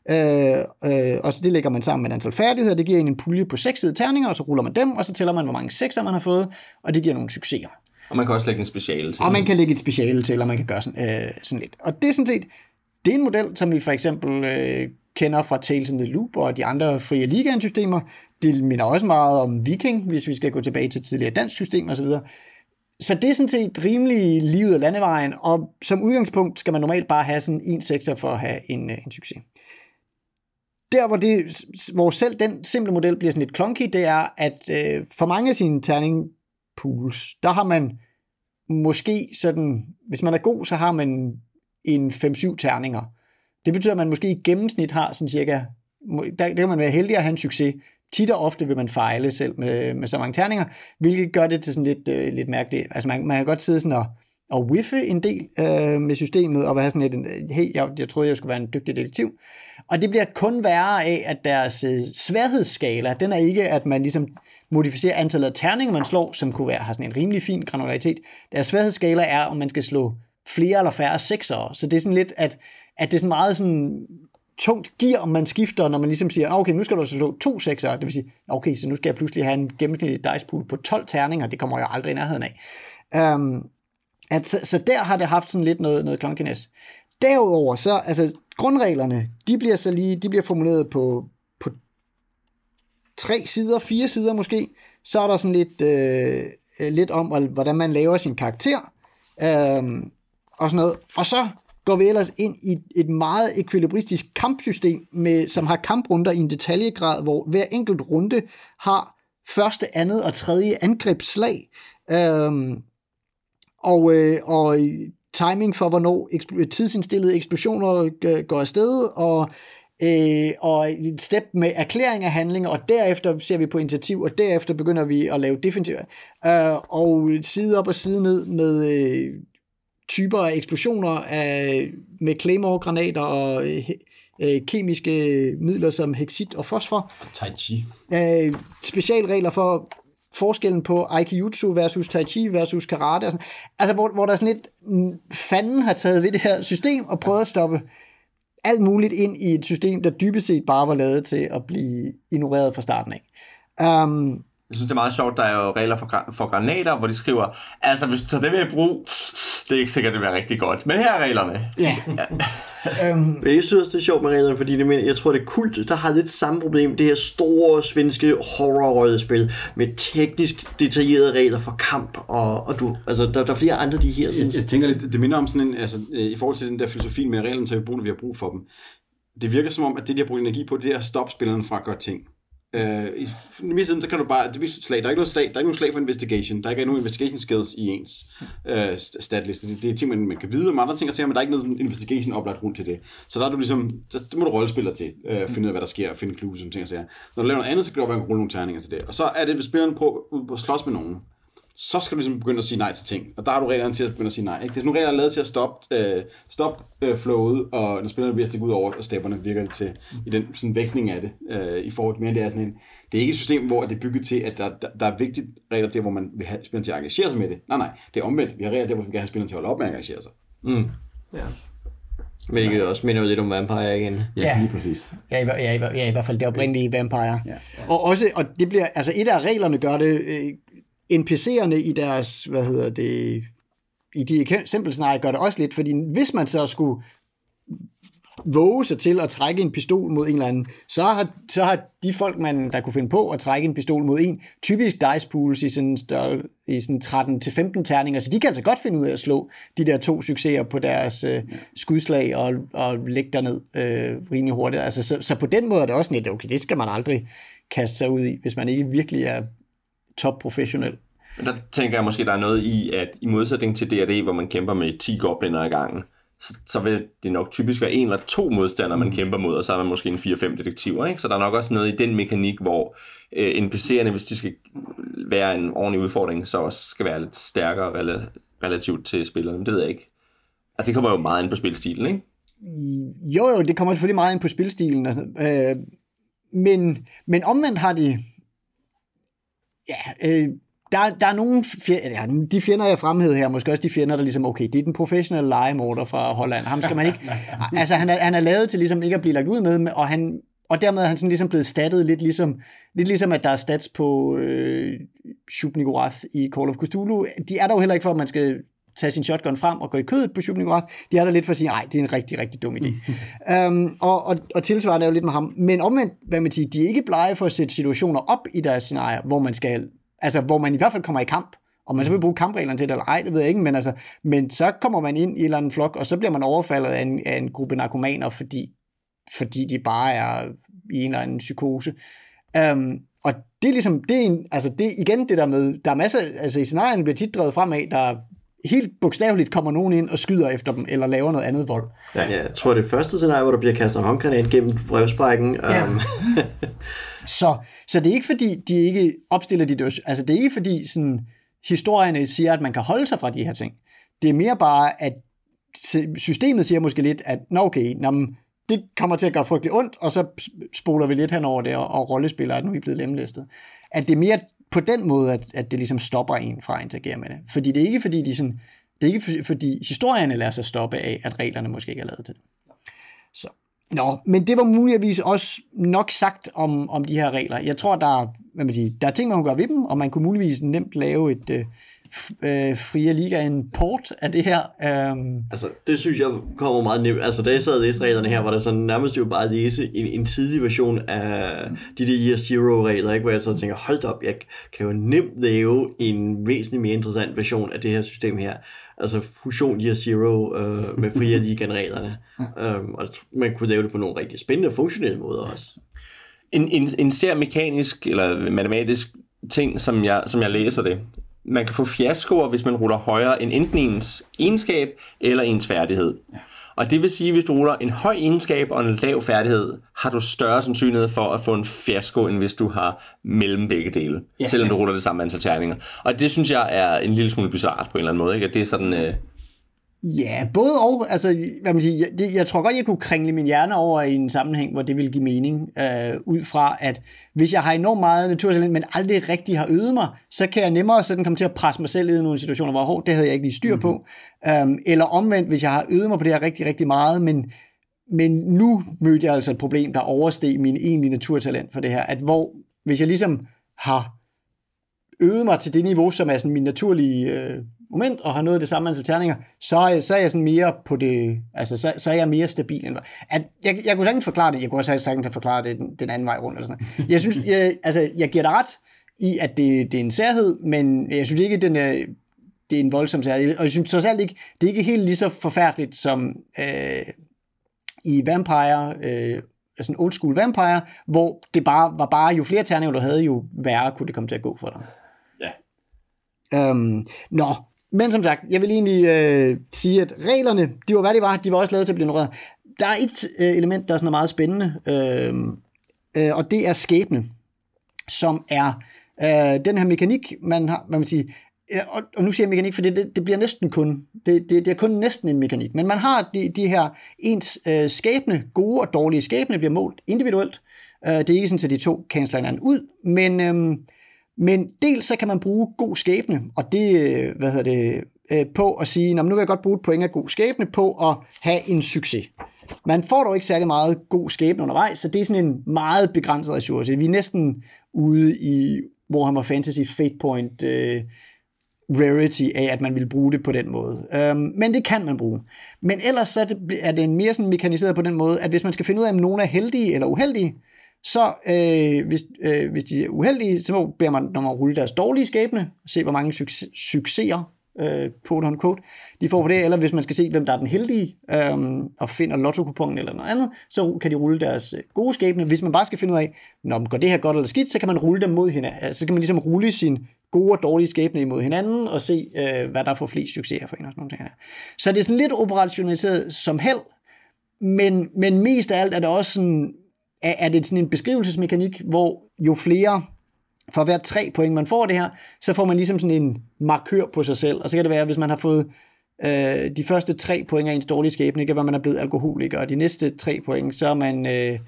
Øh, øh, og så det lægger man sammen med et antal færdigheder. Det giver en en pulje på seks sidede terninger, og så ruller man dem, og så tæller man, hvor mange sekser man har fået, og det giver nogle succeser. Og man kan også lægge en speciale til. Og man kan lægge et speciale til, og man kan gøre sådan, øh, sådan lidt. Og det er sådan set, det er en model, som vi for eksempel øh, kender fra Tales in the Loop og de andre frie ligaen-systemer. Det minder også meget om Viking, hvis vi skal gå tilbage til tidligere dansk system osv. Så det er sådan set rimelig livet af landevejen, og som udgangspunkt skal man normalt bare have sådan en sektor for at have en, en succes. Der, hvor, det, hvor selv den simple model bliver sådan lidt clunky, det er, at øh, for mange af sine terningpools, der har man måske sådan, hvis man er god, så har man en fem syv terninger. Det betyder, at man måske i gennemsnit har sådan cirka, der, der kan man være heldig at have en succes. Tit og ofte vil man fejle selv med, med så mange terninger, hvilket gør det til sådan lidt, øh, lidt mærkeligt. Altså man, man kan godt sidde sådan og, og whiffe en del øh, med systemet, og være sådan lidt, hey, jeg, jeg troede, jeg skulle være en dygtig detektiv. Og det bliver kun værre af, at deres øh, sværhedsskala, den er ikke, at man ligesom modificerer antallet af terninger, man slår, som kunne være, har sådan en rimelig fin granularitet. Deres sværhedsskala er, om man skal slå flere eller færre seksere. Så det er sådan lidt, at, at det er sådan meget sådan tungt gear, om man skifter, når man ligesom siger, okay, nu skal du slå to seksere. Det vil sige, okay, så nu skal jeg pludselig have en gennemsnitlig dice pool på tolv terninger. Det kommer jeg aldrig i nærheden af. Um, at, så, så der har det haft sådan lidt noget, noget clunkiness. Derudover, så, altså, grundreglerne, de bliver så lige, de bliver formuleret på, på tre sider, fire sider måske. Så er der sådan lidt, øh, lidt om, hvordan man laver sin karakter, øh, og sådan noget. Og så går vi ellers ind i et meget ekvilibristisk kampsystem, med, som har kamprunder i en detaljegrad, hvor hver enkelt runde har første, andet og tredje angrebsslag. Øh, og, øh, og timing for, hvornår tidsindstillede eksplosioner går afsted, og øh, og et step med erklæring af handlinger, og derefter ser vi på initiativ, og derefter begynder vi at lave defensiv, øh, og side op og side ned med øh, typer af eksplosioner af, med claymore-granater og øh, øh, kemiske midler som hexit og fosfor. Og tai chi. Øh, specialregler for forskellen på Aikijutsu versus Tai Chi versus karate. Og sådan. Altså, hvor, hvor der sådan lidt fanden har taget ved det her system og prøvet at stoppe alt muligt ind i et system, der dybest set bare var lavet til at blive ignoreret fra starten af. Um, Jeg synes, det er meget sjovt, der er jo regler for, for granater, hvor de skriver, altså hvis du tager det med i brug, det er ikke sikkert, det bliver rigtig godt. Men her er reglerne. Ja. ja. um, jeg synes, det er sjovt med reglerne, fordi det, jeg tror, det er Kult, der har lidt samme problem. Det her store svenske horror-rødespil med teknisk detaljerede regler for kamp, og, og du, altså, der, der er flere andre de her. Sådan... Jeg, jeg tænker lidt, det minder om sådan en, altså i forhold til den der filosofi med reglerne, så vi bruger, vi har brug for dem. Det virker som om, at det, de har brugt energi på, det er at stoppe spillerne fra at gøre ting. Uh, i midten, så kan du bare, det er slag, der er ikke noget slag, der er ikke nogen slag for investigation, der er ikke nogen investigation skills i ens uh, statliste, det, det er ting, man, man kan vide om andre ting, og siger, men der er ikke noget investigation oplagt rundt til det, så der er du ligesom, så må du rollespiller til, uh, finde ud af, hvad der sker, og finde clues og ting og sager. Når du laver noget andet, så kan du være, rulle nogle terninger til det, og så er det, hvis spilleren på, på at slås med nogen, så skal du ligesom begynde at sige nej til ting, og der har du reglerne til at begynde at sige nej, ikke? Det er nogle regler, der er lavet til at stoppe uh, stop, uh, flowet, og når spillerne bliver stikket ud over, og stepperne virker det til, i den sådan vægtning af det, uh, i forhold til mere, det er sådan en, det er ikke et system, hvor det er bygget til, at der, der, der er vigtigt regler der, hvor man vil have spillerne til at engagere sig med det. Nej, nej, det er omvendt. Vi har regler der, hvor vi gerne have spillerne til at holde op med at engagere sig. Mm. Ja. Hvilket også minder jo lidt om Vampire igen. Ja, ja. Lige præcis. Ja, i, ja, i, ja, i hvert fald det oprindelige Vampire. Ja, ja. Og også, og det bliver, altså et af reglerne gør det, øh, N P C'erne i deres, hvad hedder det, i de eksempel scenarier gør det også lidt, fordi hvis man så skulle våge sig til at trække en pistol mod en eller anden, så har, så har de folk, man, der kunne finde på at trække en pistol mod en, typisk dice pools i sådan, større, i sådan tretten til femten terninger, så de kan altså godt finde ud af at slå de der to succeser på deres øh, skudslag og, og lægge derned øh, rimelig hurtigt. Altså, så, så på den måde er det også net, okay, det skal man aldrig kaste sig ud i, hvis man ikke virkelig er top professionel. Men der tænker jeg måske, der er noget i, at i modsætning til D og D, hvor man kæmper med ti gobliner i gangen, så, så vil det nok typisk være en eller to modstandere, man kæmper mod, og så er man måske en fire fem detektiver, ikke? Så der er nok også noget i den mekanik, hvor øh, N P C'erne, hvis de skal være en ordentlig udfordring, så også skal være lidt stærkere rela- relativt til spillerne. Det ved jeg ikke. Og det kommer jo meget ind på spilstilen, ikke? Jo, jo, det kommer selvfølgelig meget ind på spilstilen. Altså, øh, men, men omvendt har de... Ja, øh, Der, der er nogle fjender, ja, de fjender, jeg fremhævede her, måske også de fjender, der ligesom, okay, det er den professionelle legemorder fra Holland. Ham skal man ikke... altså, han er, han er lavet til ligesom ikke at blive lagt ud med, og, han, og dermed er han sådan ligesom blevet stattet lidt ligesom, lidt ligesom at der er stats på øh, Shub-Niggurath i Call of Cthulhu. De er der jo heller ikke for, at man skal tage sin shotgun frem og gå i kødet på Shub-Niggurath. De er der lidt for at sige, nej, det er en rigtig, rigtig dum idé. um, og, og, og tilsvarende er jo lidt med ham. Men omvendt, hvad man siger, de er ikke blege for at sætte situationer op i deres scenarier, hvor man skal... Altså, hvor man i hvert fald kommer i kamp, og man så vil bruge kampreglerne til det, eller ej, det ved jeg ikke, men, altså, men så kommer man ind i en eller anden flok, og så bliver man overfaldet af en, af en gruppe narkomaner, fordi, fordi de bare er i en eller anden psykose. Um, og det er ligesom, det er, en, altså det er igen det der med, der er masser, altså i scenarien bliver tit drevet fremad, der helt bogstaveligt kommer nogen ind og skyder efter dem, eller laver noget andet vold. Ja, jeg tror, det er første scenarie, hvor der bliver kastet en håndgranat gennem brevsprækken. Ja. Um. så, så det er ikke fordi, de ikke opstiller de døs. Altså det er ikke fordi, sådan, historierne siger, at man kan holde sig fra de her ting. Det er mere bare, at systemet siger måske lidt, at nå okay, nå, det kommer til at gøre frygtelig ondt, og så spoler vi lidt henover det, og, og rollespiller, at nu er I blevet lemlæstet. At det er mere på den måde, at, at det ligesom stopper en fra at interagere med det. Fordi det er ikke fordi, de sådan, det er ikke for, fordi historierne lader sig stoppe af, at reglerne måske ikke er lavet til det. Så. Nå, men det var muligvis også nok sagt om, om de her regler. Jeg tror, der er, hvad man siger, der er ting, man kan gøre ved dem, og man kunne muligvis nemt lave et øh, øh, Fria Liga en port af det her. Um... Altså, det synes jeg kommer meget nemt. Altså, da jeg sad og læste reglerne her, var der sådan nærmest jo bare at læse en, en tidlig version af de der Year Zero-regler, ikke? Hvor jeg så tænker, hold op, jeg kan jo nemt lave en væsentligt mere interessant version af det her system her. Altså fusion Year Zero øh, med Fria Liga-reglerne. um, og man kunne lave det på nogle rigtig spændende og funktionelle måder også. En, en, en ser mekanisk eller matematisk ting, som jeg, som jeg læser det. Man kan få fiaskoer, hvis man ruller højere end enten ens egenskab eller ens færdighed. Ja. Og det vil sige, at hvis du ruller en høj egenskab og en lav færdighed, har du større sandsynlighed for at få en fiasko, end hvis du har mellem begge dele. Ja, selvom du ruller det samme antal terninger. Og det synes jeg er en lille smule bizarrt på en eller anden måde. Ikke? At det er sådan... Øh... Ja, både og. Altså, hvad man siger, jeg, jeg tror godt, jeg kunne kringle min hjerne over i en sammenhæng, hvor det ville give mening. Øh, ud fra, at hvis jeg har enormt meget naturtalent, men aldrig rigtig har øvet mig, så kan jeg nemmere sådan komme til at presse mig selv i nogle situationer, hvor hov, det havde jeg ikke lige styr på. Mm-hmm. Um, eller omvendt, hvis jeg har øvet mig på det her rigtig, rigtig meget, men, men nu mødte jeg altså et problem, der oversteg min egentlige naturtalent for det her. At hvor, hvis jeg ligesom har øvet mig til det niveau, som er sådan min naturlige... Øh, moment, og har nået det samme antal terninger, så, så er jeg sådan mere på det, altså så, så er jeg mere stabil. End, at jeg, jeg kunne sagtens forklare det, jeg kunne også have sagtens forklare det den, den anden vej rundt, eller sådan noget. Jeg synes, jeg, altså, jeg giver dig ret i, at det, det er en særhed, men jeg synes ikke, den er, det er en voldsom særhed, og jeg synes trods alt ikke, det er ikke helt lige så forfærdeligt som øh, i Vampire, øh, sådan old school Vampire, hvor det bare var bare, jo flere terninger du havde, jo værre kunne det komme til at gå for dig. Ja. Um, nå, men som sagt, jeg vil egentlig øh, sige, at reglerne, de var hvad de var, de var også lavet til at blive ignoreret. Der er et øh, element, der er sådan meget spændende, øh, øh, og det er skæbne, som er øh, den her mekanik, man har, man vil sige, øh, og, og nu siger jeg mekanik, for det, det, det bliver næsten kun, det, det, det er kun næsten en mekanik, men man har de, de her ens øh, skæbne, gode og dårlige skæbne, bliver målt individuelt. Øh, det er ikke sådan, at de to canceler hinanden ud, men... Øh, Men dels så kan man bruge god skæbne, og det, hvad hedder det, øh, på at sige, nu vil jeg godt bruge et point af god skæbne på at have en succes. Man får dog ikke særlig meget god skæbne undervejs, så det er sådan en meget begrænset ressource. Vi er næsten ude i Warhammer Fantasy Fate Point øh, rarity af, at man vil bruge det på den måde. Um, men det kan man bruge. Men ellers så er det, er det mere sådan mekaniseret på den måde, at hvis man skal finde ud af, om nogen er heldige eller uheldige, så øh, hvis, øh, hvis de er uheldige, så beder man dem om at rulle deres dårlige skæbne, se hvor mange succes, succeser, øh, quote on quote, de får på det, eller hvis man skal se, hvem der er den heldige, øh, og finder lotto-kupongen eller noget andet, så kan de rulle deres gode skæbne. Hvis man bare skal finde ud af, når går det her godt eller skidt, så kan man rulle dem mod hinanden. Altså, så kan man ligesom rulle sin gode og dårlige skæbne imod hinanden, og se, øh, hvad der får flest succeser for en og sådan noget. Her. Så det er sådan lidt operationaliseret som held, men, men mest af alt er det også sådan, er det sådan en beskrivelsesmekanik, hvor jo flere, for hver tre point man får det her, så får man ligesom sådan en markør på sig selv, og så kan det være, hvis man har fået øh, de første tre point af ens dårlige skæbne, ikke, hvor man er blevet alkoholiker, og de næste tre point, så er man øh,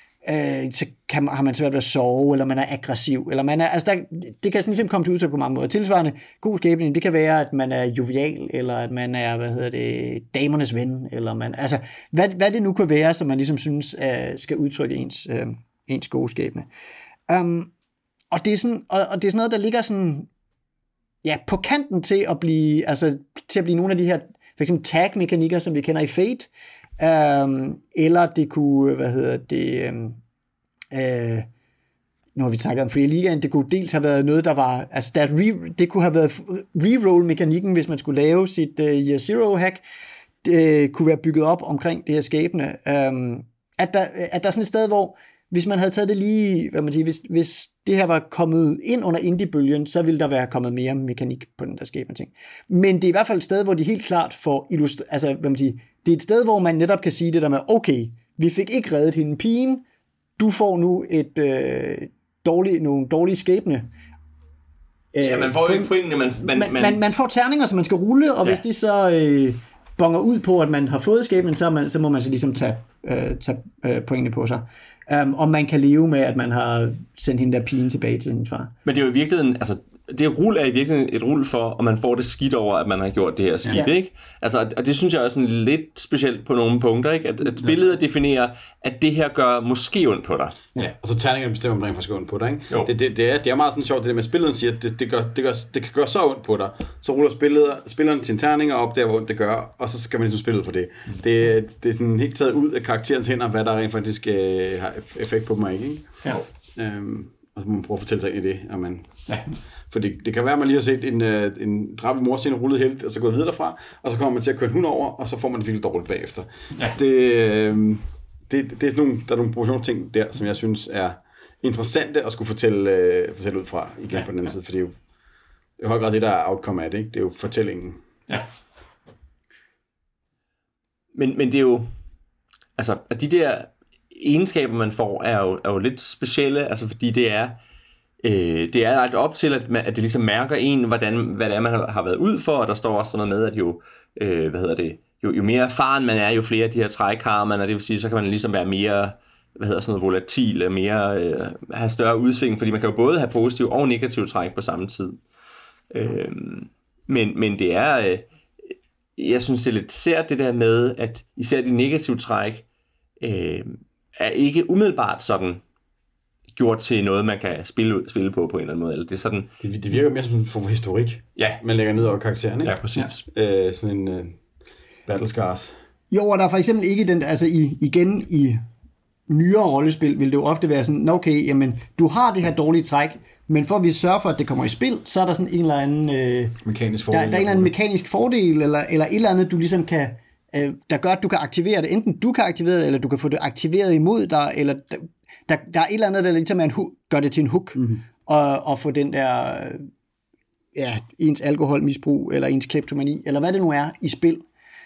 øh, så kan, har man svært ved at sove, eller man er aggressiv, eller man er, altså der, det kan ligesom komme til udtryk på mange måder. Tilsvarende god skæbne, det kan være, at man er jovial, eller at man er, hvad hedder det, damernes ven, eller man, altså, hvad, hvad det nu kan være, som man ligesom synes, uh, skal udtrykke ens, uh, ens gode skæbne. Um, og, det er sådan, og, og det er sådan noget, der ligger sådan, ja, på kanten til at blive, altså, til at blive nogle af de her, for eksempel tag-mekanikker, som vi kender i Fate, Um, eller det kunne, hvad hedder det, um, uh, nu har vi snakket om Free Ligaen, det kunne dels have været noget, der var, altså deres re, det kunne have været reroll-mekanikken, hvis man skulle lave sit uh, Year Zero hack, det kunne være bygget op omkring det her skæbne. Um, at, der, at der er sådan et sted, hvor hvis man havde taget det lige, hvad man siger, hvis, hvis det her var kommet ind under indie-bølgen, så ville der være kommet mere mekanik på den der skæbne ting. Men det er i hvert fald et sted, hvor de helt klart får illustreret, altså hvad man siger, det er et sted, hvor man netop kan sige det der med, okay, vi fik ikke reddet hende pigen, du får nu et øh, dårlig, nogle dårlige skæbne. Ja, man får jo ikke pointene, man, man, man, man, man får terninger, som man skal rulle, og ja. Hvis de så øh, bonger ud på, at man har fået skæbnen, så, man, så må man så ligesom tage, øh, tage øh, pointene på sig. Um, og man kan leve med, at man har sendt hende der pigen tilbage til hendes far. Men det er jo i virkeligheden, altså det rul er i virkeligheden et rul for, og man får det skidt over, at man har gjort det her skidt, ja. Ikke? Altså, og det synes jeg er sådan lidt specielt på nogle punkter, ikke? At, at spillet definerer, at det her gør måske ondt på dig. Ja, og så terningerne bestemmer, om det rent faktisk ondt på dig, ikke? Det, det, det, er, det er meget sådan sjovt, det der med spillet siger, at det, det, gør, det, gør, det kan gøre så ondt på dig. Så ruller spillet, spilleren sine terninger op der, hvor ondt det gør, og så skal man ligesom spille på det. Mm. Det, det er sådan helt taget ud af karakterens hænder, hvad der rent faktisk øh, har effekt på mig, ikke? Ja. Øhm, og så må man prøve at fortælle sig ind i det, og man... Ja. For det, det kan være, at man lige har set en, en drab i morscene rullet helt, og så går videre derfra, og så kommer man til at køre en hund over, og så får man det virkelig dårligt bagefter. Ja. Det, det, det er sådan nogle, der er nogle produktionsting der, som jeg synes er interessante at skulle fortælle, uh, fortælle ud fra igen ja, på den anden ja. Side, for det er jo i høj grad det, der er outcome af det, ikke? Det er jo fortællingen. Ja. men, men det er jo, altså, at de der egenskaber, man får, er jo, er jo lidt specielle, altså fordi det er, øh, det er lagt op til, at, man, at det ligesom mærker en, hvordan, hvad det er, man har, har været ud for, og der står også sådan noget med, at jo, øh, hvad hedder det, jo, jo mere erfaren man er, jo flere af de her træk har man, og det vil sige, så kan man ligesom være mere, hvad hedder sådan noget, volatil, mere, øh, have større udsving, fordi man kan jo både have positiv og negativ træk på samme tid. Øh, men, men det er, øh, jeg synes det er lidt sært det der med, at især de negative træk, øh, er ikke umiddelbart sådan gjort til noget, man kan spille, ud, spille på på en eller anden måde. Eller det, er sådan, det, det virker mere som en form for historik, ja. Man lægger ned over karakteren, ikke? Ja, præcis. Ja. Øh, sådan en uh, battle scars. Jo, og der er for eksempel ikke den, altså i, igen i nyere rollespil, vil det jo ofte være sådan, okay, jamen, du har det her dårlige træk, men for at vi sørger for, at det kommer i spil, så er der sådan en eller anden, øh, mekanisk fordel, der, der er en eller anden mekanisk fordel, eller, eller et eller andet, du ligesom kan, øh, der gør, at du kan aktivere det. Enten du kan aktivere det, eller du kan få det aktiveret imod dig, eller der, der, der er et eller andet, der ligesom er en hook, gør det til en hook, mm-hmm. og, og få den der, ja, ens alkoholmisbrug, eller ens kleptomani, eller hvad det nu er, i spil.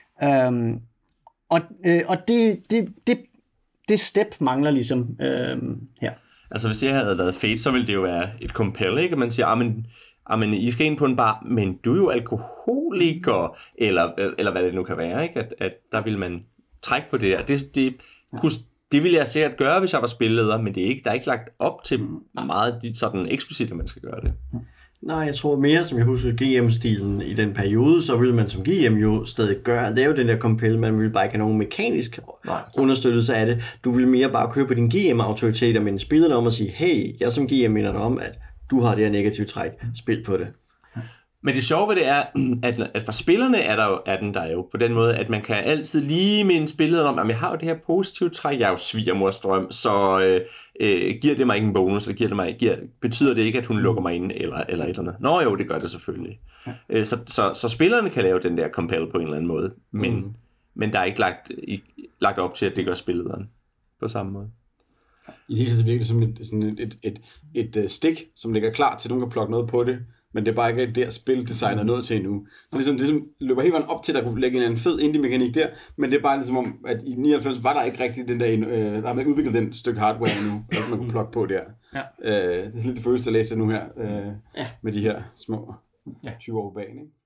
Um, og øh, og det, det, det, det step mangler ligesom øh, her. Altså hvis det havde været Fate, så ville det jo være et compel, ikke? Man siger, ah, men, ah, men I skal ind på en bar, men du er jo alkoholiker, eller, eller hvad det nu kan være, ikke? At, at der vil man trække på det her. Det, det, kunne, det ville jeg sikkert gøre, hvis jeg var spilleder, men det er ikke, der er ikke lagt op til meget sådan eksplicit, at man skal gøre det. Nej, jeg tror mere, som jeg husker G M-stilen i den periode, så ville man som G M jo stadig gøre, lave den der compel, man ville bare ikke have nogen mekanisk Nej. understøttelse af det. Du ville mere bare køre på din G M-autoriteter, men spillerne om at sige, hey, jeg som G M minder dig om, at du har det her negative træk, spil på det. Men det sjove ved det er, at, at for spillerne er, der jo, er den der jo på den måde, at man kan altid lige minde spillet om, at jeg har jo det her positive træk, jeg er jo svigermors drøm, så øh, øh, giver det mig ikke en bonus, eller giver det mig, giver, betyder det ikke, at hun lukker mig ind, eller, eller et eller andet. Nå jo, det gør det selvfølgelig. Ja. Øh, så, så, så spillerne kan lave den der compel på en eller anden måde, men, mm. men der er ikke lagt, i, lagt op til, at det gør spillederen på samme måde. I det hele taget virker det som et, sådan et, et, et, et, et stik, som ligger klar til, at nogen kan plukke noget på det, men det er bare ikke det, spildesign er nået til endnu. Så ligesom, det ligesom løber helt vejen op til, at der kunne lægge en fed indie-mekanik der, men det er bare ligesom om, at i nioghalvfems var der ikke rigtig den der, øh, der har man ikke udviklet den stykke hardware endnu, at man kunne plukke på der. Ja. Øh, det er sådan lidt det følelse, jeg læste nu her, øh, ja. med de her små ja. tyve år på bagen, ikke?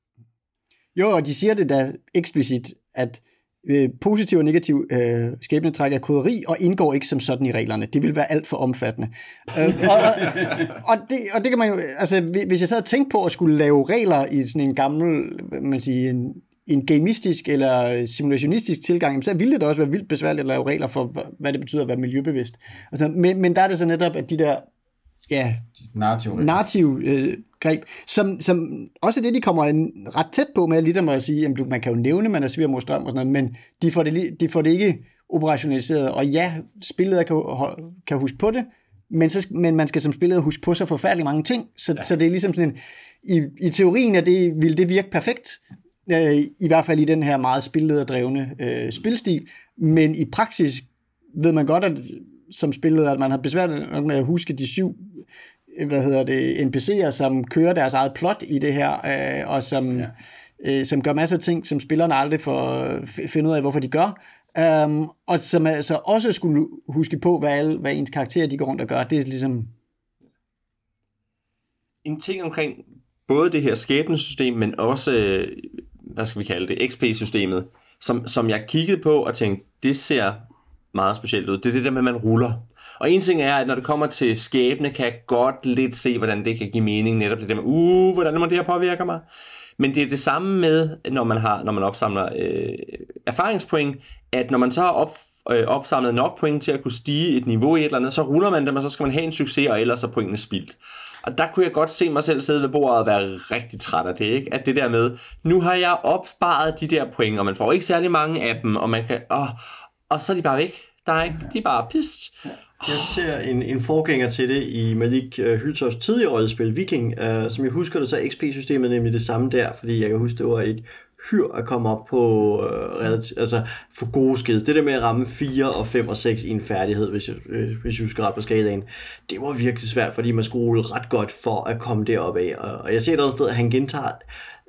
Jo, og de siger det da eksplicit, at øh, positiv og negativ øh, skæbnetræk er koderi, og indgår ikke som sådan i reglerne. Det vil være alt for omfattende. øh, og, og, det, og det kan man jo, altså hvis jeg sad og tænkte på at skulle lave regler i sådan en gammel, man siger, en, en gamistisk eller simulationistisk tilgang, så ville det da også være vildt besværligt at lave regler for, hvad det betyder at være miljøbevidst. Altså, men, men der er det så netop, at de der ja, narrative, narrative øh, greb, som, som også det, de kommer en, ret tæt på med, lidt om at sige, at man kan jo nævne, at man er svigermors drøm og sådan noget, men de får det, de får det ikke operationaliseret, og ja, spilleder kan, kan huske på det, men, så, men man skal som spilleder huske på så forfærdeligt mange ting, så, ja. så det er ligesom sådan en, i, i teorien er det, vil det virke perfekt, øh, i hvert fald i den her meget spillederdrevne øh, spilstil, men i praksis ved man godt, at som spilleder, at man har besvært nok med at huske de syv hvad hedder det, N P C'er, som kører deres eget plot i det her, øh, og som, ja. øh, som gør masser af ting, som spillerne aldrig får finde ud af, hvorfor de gør. Um, og som altså også skulle huske på, hvad, alle, hvad ens karakterer de går rundt og gør. Det er ligesom... En ting omkring både det her skæbnesystem, men også, hvad skal vi kalde det, X P-systemet, som, som jeg kiggede på og tænkte, det ser meget specielt ud. Det er det der med, at man ruller. Og en ting er, at når det kommer til skæbne, kan jeg godt lidt se, hvordan det kan give mening. Netop det der med, uh, hvordan må det her påvirker mig? Men det er det samme med, når man, har, når man opsamler øh, erfaringspoint, at når man så har op, øh, opsamlet nok point til at kunne stige et niveau i et eller andet, så ruller man dem, og så skal man have en succes, og ellers er pointene spildt. Og der kunne jeg godt se mig selv sidde ved bordet og være rigtig træt af det, ikke? At det der med, nu har jeg opsparet de der point, og man får ikke særlig mange af dem, og man kan, åh, og så er de bare væk. Der er ikke, de er bare pist. Jeg ser en, en forgænger til det i Malik uh, Hyltofts tidligere rollespil, Viking, uh, som jeg husker det, så X P-systemet nemlig det samme der, fordi jeg kan huske, det var et hyr at komme op på uh, altså for gode skid. Det der med at ramme fire og fem og seks i en færdighed, hvis jeg, hvis jeg husker ret på skalaen, det var virkelig svært, fordi man skulle rulle ret godt for at komme derop af. Og, og jeg ser et andet sted, at han gentager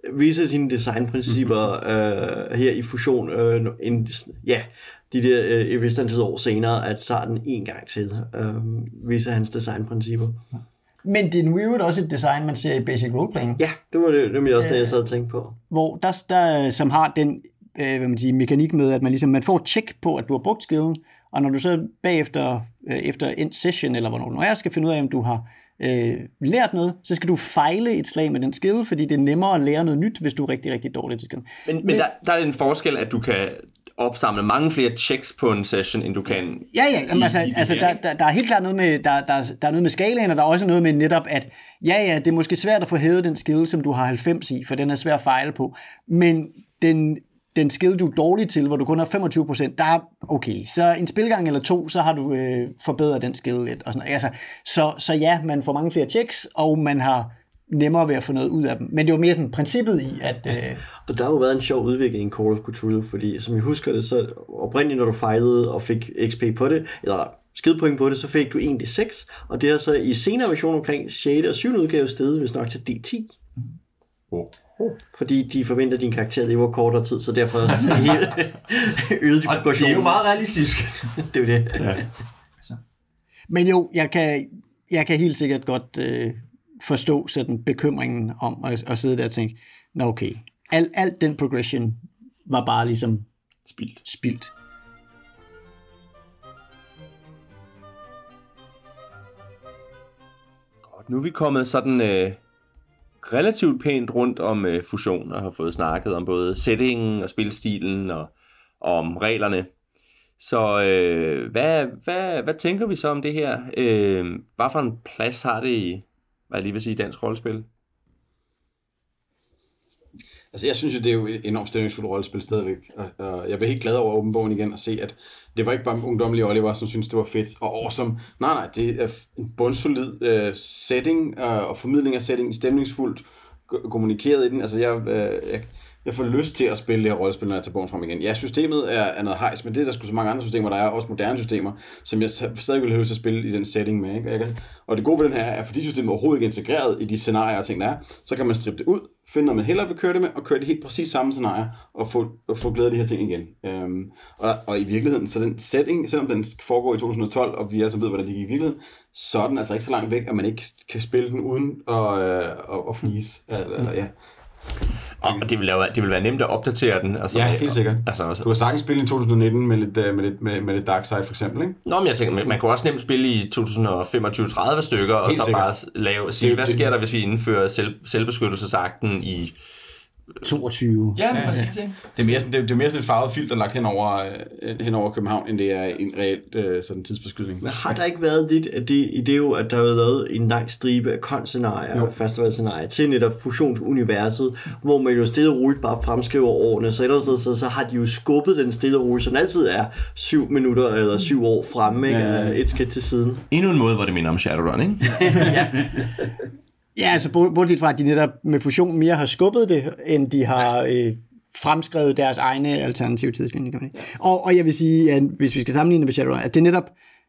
viser sine designprincipper øh, her i Fusion. Øh, en, ja, de der øh, vist antal år senere, at så er den en gang til øh, viser hans designprincipper. Men det er nu jo også et design, man ser i Basic Roleplaying. Ja, det var det, det var også det, jeg sad og tænkte på. Hvor der, der som har den øh, hvad man siger, mekanik med, at man ligesom man får et check på, at du har brugt skillen, og når du så bagefter, øh, efter end session, eller hvornår du nu er, skal finde ud af, om du har øh, lært noget, så skal du fejle et slag med den skill, fordi det er nemmere at lære noget nyt, hvis du er rigtig, rigtig dårlig til skill. Men, men, men der, der er en forskel, at du kan opsamle mange flere checks på en session, end du kan... Ja, ja, jamen, altså, i altså der, der, der er helt klart noget med, der, der, der er noget med skalaen, og der er også noget med netop, at ja, ja, det er måske svært at få hævet den skill, som du har halvfems i, for den er svær at fejle på, men den, den skill, du er dårlig til, hvor du kun har femogtyve procent, der er okay, så en spilgang eller to, så har du øh, forbedret den skill lidt, og sådan, altså, så, så ja, man får mange flere checks, og man har nemmere ved at få noget ud af dem. Men det var mere sådan princippet i, at... Øh... Og der har jo været en sjov udvikling i Call of Cthulhu, fordi som jeg husker det, så oprindeligt, når du fejlede og fik X P på det, eller skidepoint på det, så fik du en D seks, og det er så i senere version omkring sjette og syvende udgave stedet, hvis nok til D ti. Oh. Fordi de forventer, at din karakter lever kortere tid, så derfor er helt øget de progressioner. Og det er jo meget realistisk. Det er jo det. Ja. Men jo, jeg kan, jeg kan helt sikkert godt... Øh... forstå sådan bekymringen om at, at sidde der og tænke, nå okay, alt al den progression var bare ligesom spildt. spildt. Godt, nu er vi kommet sådan øh, relativt pænt rundt om øh, Fusion, og har fået snakket om både settingen og spilstilen og, og om reglerne. Så øh, hvad, hvad, hvad tænker vi så om det her? Øh, hvad for en plads har det i, hvad jeg lige vil sige, dansk rollespil? Altså jeg synes jo, det er jo et enormt stemningsfuldt rollespil stadigvæk, og, og jeg blev helt glad over åben bogen igen og se, at det var ikke bare ungdomlige Oliver, som synes det var fedt og awesome. Nej, nej, det er en bundsolid uh, setting uh, og formidling af setting, stemningsfuldt kommunikeret i den. Altså jeg, uh, jeg, jeg får lyst til at spille det her rollespil, når jeg tager bogen frem igen. Ja, systemet er, er noget hejs, men det er der sgu så mange andre systemer, der er også moderne systemer, som jeg stadig vil have lyst til at spille i den setting med. Ikke? Kan, og det gode ved den her er, at fordi systemet overhovedet ikke er integreret i de scenarier og ting, der er, så kan man strippe det ud, finde noget, man hellere vil køre det med, og køre det helt præcis samme scenarie, og få, og få glæde af de her ting igen. Øhm, og, og i virkeligheden, så den setting, selvom den foregår i to tusind og tolv, og vi altså ved, hvordan det gik i virkeligheden, så er den altså ikke så langt væk, at man ikke kan spille den uden at, øh, at, at flise. Eller, ja. Og det vil, være, det vil være nemt at opdatere den. Altså, ja, helt sikkert. Altså, også. Du har sagtens spillet i to tusind og nitten med lidt, med lidt, med, med lidt Dark Side for eksempel, ikke? Nå, men jeg tænker, man kan også nemt spille i to tusind og femogtyve til tredive stykker, helt og så sikkert. Bare lave, sige, det, hvad sker der, hvis vi indfører selv, selvbeskyttelsesakten i toogtyve. Ja, men præcis, ikke? Det er mere sådan, det, det er mere sådan et farvet filter lagt hen over, øh, hen over København, end det er en reelt øh, sådan tidsforskydning. Men har der ikke været det, at det, i det jo, at der har været en lang stribe af kon-scenarier og festivalscenarier til netop fusionsuniverset, hvor man jo stille og roligt bare fremskriver årene, så ellers så, så har de jo skubbet den stille og roligt, så den altid er syv minutter eller syv år fremme, ikke? Ja, ja. Et skridt til siden. Endnu en måde, hvor det minder om Shadowrun, ikke? Ja. Ja, altså bortset fra, at de netop med fusion mere har skubbet det, end de har øh, fremskrevet deres egne alternative tidslinjer. Ja. Og, og jeg vil sige, at hvis vi skal sammenligne med Shadowrun, at det netop,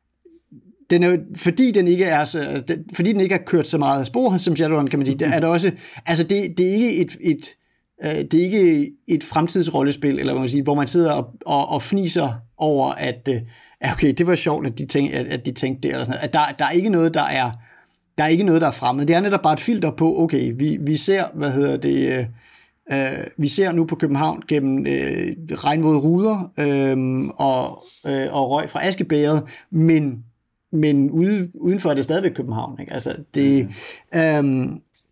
den er, fordi den ikke er så, den, fordi den ikke har kørt så meget af spor som Shadowrun, kan man sige, der er det også, altså det, det er ikke et, et øh, det er ikke et fremtidsrollespil, eller hvad man siger, hvor man sidder og, og, og fniser over, at øh, okay, det var sjovt, at de tænkte, at, at de tænkte det, eller sådan noget. At der, der er ikke noget, der er Der er ikke noget, der er fremmed. Det er netop bare et filter på, okay, vi, vi ser, hvad hedder det, øh, vi ser nu på København gennem øh, regnvåde ruder øh, og, øh, og røg fra askebæret, men, men ude, udenfor er det stadigvæk København. Ikke? Altså, det, øh,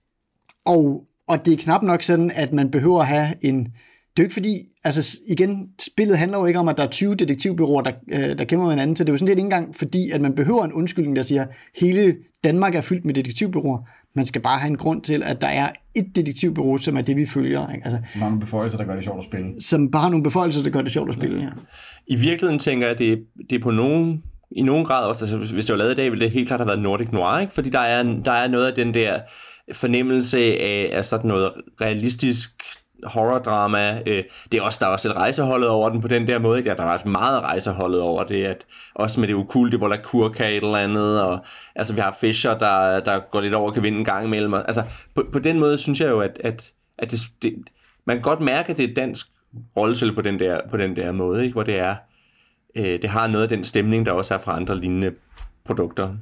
og, og det er knap nok sådan, at man behøver at have en... Det er jo ikke fordi, altså igen, spillet handler jo ikke om, at der er tyve detektivbureauer, der, øh, der kæmper med hinanden, så det er jo sådan set ikke engang fordi, at man behøver en undskyldning, der siger, hele Danmark er fyldt med detektivbureauer. Man skal bare have en grund til, at der er et detektivbureau, som er det, vi følger. Ikke? Altså, som har nogle beføjelser, der gør det sjovt at spille. Som bare har nogle beføjelser, der gør det sjovt at spille, ja. I virkeligheden tænker jeg, at det, det er på nogen, i nogen grad også, altså hvis det var lavet i dag, ville det helt klart have været Nordic Noir, ikke? Fordi der er, der er noget af den der fornemmelse af, af sådan noget realistisk horror-drama. Det er også, der er også lidt rejseholdet over den på den der måde. Ja, der er også meget rejseholdet over det, at også med det okulte, hvor der kurka et eller andet, og altså vi har Fisher, der, der går lidt over og kan vinde en gang imellem. Altså på, på den måde synes jeg jo, at, at, at det, det, man kan godt mærke, at det er et dansk rollespil på den der, på den der måde, ikke? Hvor det er, øh, det har noget af den stemning, der også er fra andre lignende produkter.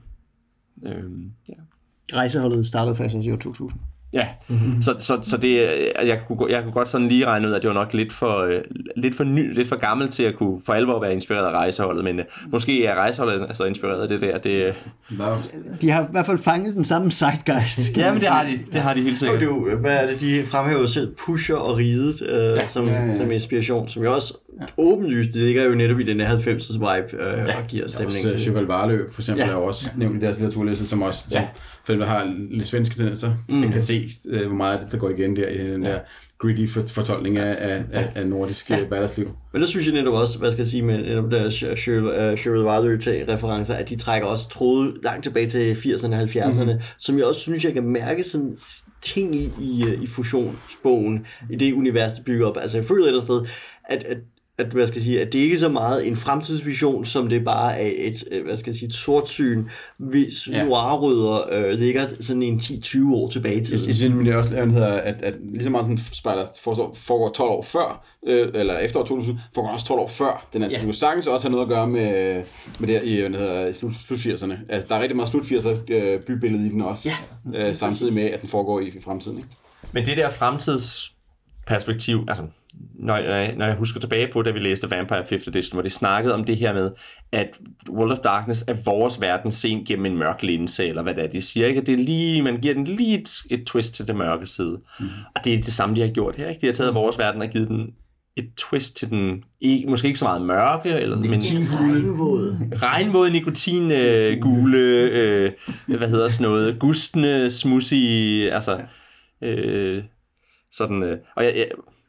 Øhm, ja. Rejseholdet startede faktisk i år to tusind. Ja, mm-hmm. så, så, så det, jeg, kunne, jeg kunne godt sådan lige regne ud, at det var nok lidt for, uh, lidt for ny, lidt for gammelt til at kunne for alvor være inspireret af rejseholdet, men uh, måske er rejseholdet altså inspireret af det der. Det, uh... De har i hvert fald fanget den samme zeitgeist. Ja, men det har de, det har de helt sikkert. Det er jo, hvad er det, de fremhæver selv Pusher og Riget uh, ja, som, ja, ja. som inspiration, som jo også ja. åbenlyst, det ligger jo netop i den der halvfemsers vibe uh, ja. og giver stemning også, til. Sjøvald Varlø for eksempel ja. er jo også nævnt i deres litteraturliste, som også ja. som, for dem, der har lidt svenske tendenser, mm. jeg kan se, uh, hvor meget der går igen der i den der gritty fortolkning af, af, af nordisk ja. hverdagsliv. Men det synes jeg netop også, hvad skal jeg sige, med netop der Sjøvald Varlø-referencer, at de trækker også tråde langt tilbage til firserne og halvfjerdserne, mm. som jeg også synes, jeg kan mærke sådan ting i, i, i fusionsbogen, i det univers, der bygger op. Altså jeg føler et eller andet sted, at, at at, hvad skal jeg sige, at det ikke er så meget en fremtidsvision, som det bare er et, hvad skal jeg sige, et sortsyn, hvis ja. noirrødder øh, ligger sådan en ti til tyve år tilbage i tiden. Jeg synes, det er også at, at, at lige så meget som spejler foregår tolv år før, øh, eller efter år to tusind, foregår også tolv år før. Den er, ja. Du kan sagtens også have noget at gøre med, med det her i, hvad hedder, i slut, slut firserne. Altså, der er rigtig meget slut firser øh, bybillede i den også, ja. øh, samtidig med, at den foregår i, i fremtiden. Ikke? Men det der fremtidsperspektiv, altså Når jeg, når jeg husker tilbage på, da vi læste Vampire fifth Edition, hvor de snakkede om det her med, at World of Darkness er vores verden set gennem en mørk linse, eller hvad det er, de siger, ikke? Det er lige, man giver den lige et, et twist til den mørke side. Mm. Og det er det samme, de har gjort her, ikke? De har taget mm. vores verden og givet den et twist til den, ikke, måske ikke så meget mørke, eller, men regnvåde. Regnvåde, nikotin, øh, gule, øh, hvad hedder sådan noget, gustne, smudsige, altså, øh, sådan, øh, og jeg, jeg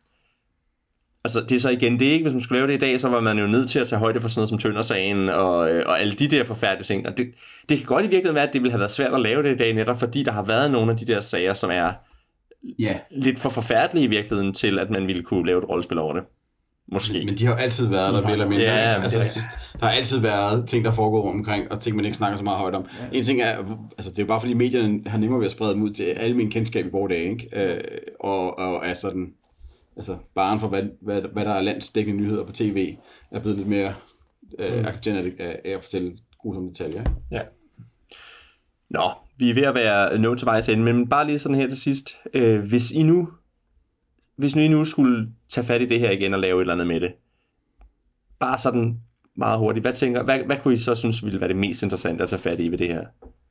altså, det er så igen, det er ikke, hvis man skulle lave det i dag, så var man jo nødt til at tage højde for sådan noget som Tøndersagen og, og alle de der forfærdelige ting. Og det, det kan godt i virkeligheden være, at det ville have været svært at lave det i dag, netop fordi der har været nogle af de der sager, som er yeah. lidt for forfærdelige i virkeligheden til, at man ville kunne lave et rollespil over det. Måske. Men de har jo altid været der, vel og mindre. Ja, altså, der har altid været ting, der foregår rundt omkring, og ting, man ikke snakker så meget højt om. Ja. En ting er, altså det er jo bare fordi medierne har nemmere ved at sprede dem ud til alle mine kendskab i vores dage, ikke? Øh, og, og er sådan... Altså, baren for, hvad, hvad, hvad der er landsdækkende nyheder på tv, er blevet lidt mere øh, academic af, af at fortælle grusomme detaljer. Ja. Nå, vi er ved at være nået til vejs ende, men bare lige sådan her til sidst. Øh, hvis I nu, hvis nu I nu skulle tage fat i det her igen og lave et eller andet med det, bare sådan meget hurtigt, hvad tænker, hvad, hvad kunne I så synes ville være det mest interessante at tage fat i ved det her?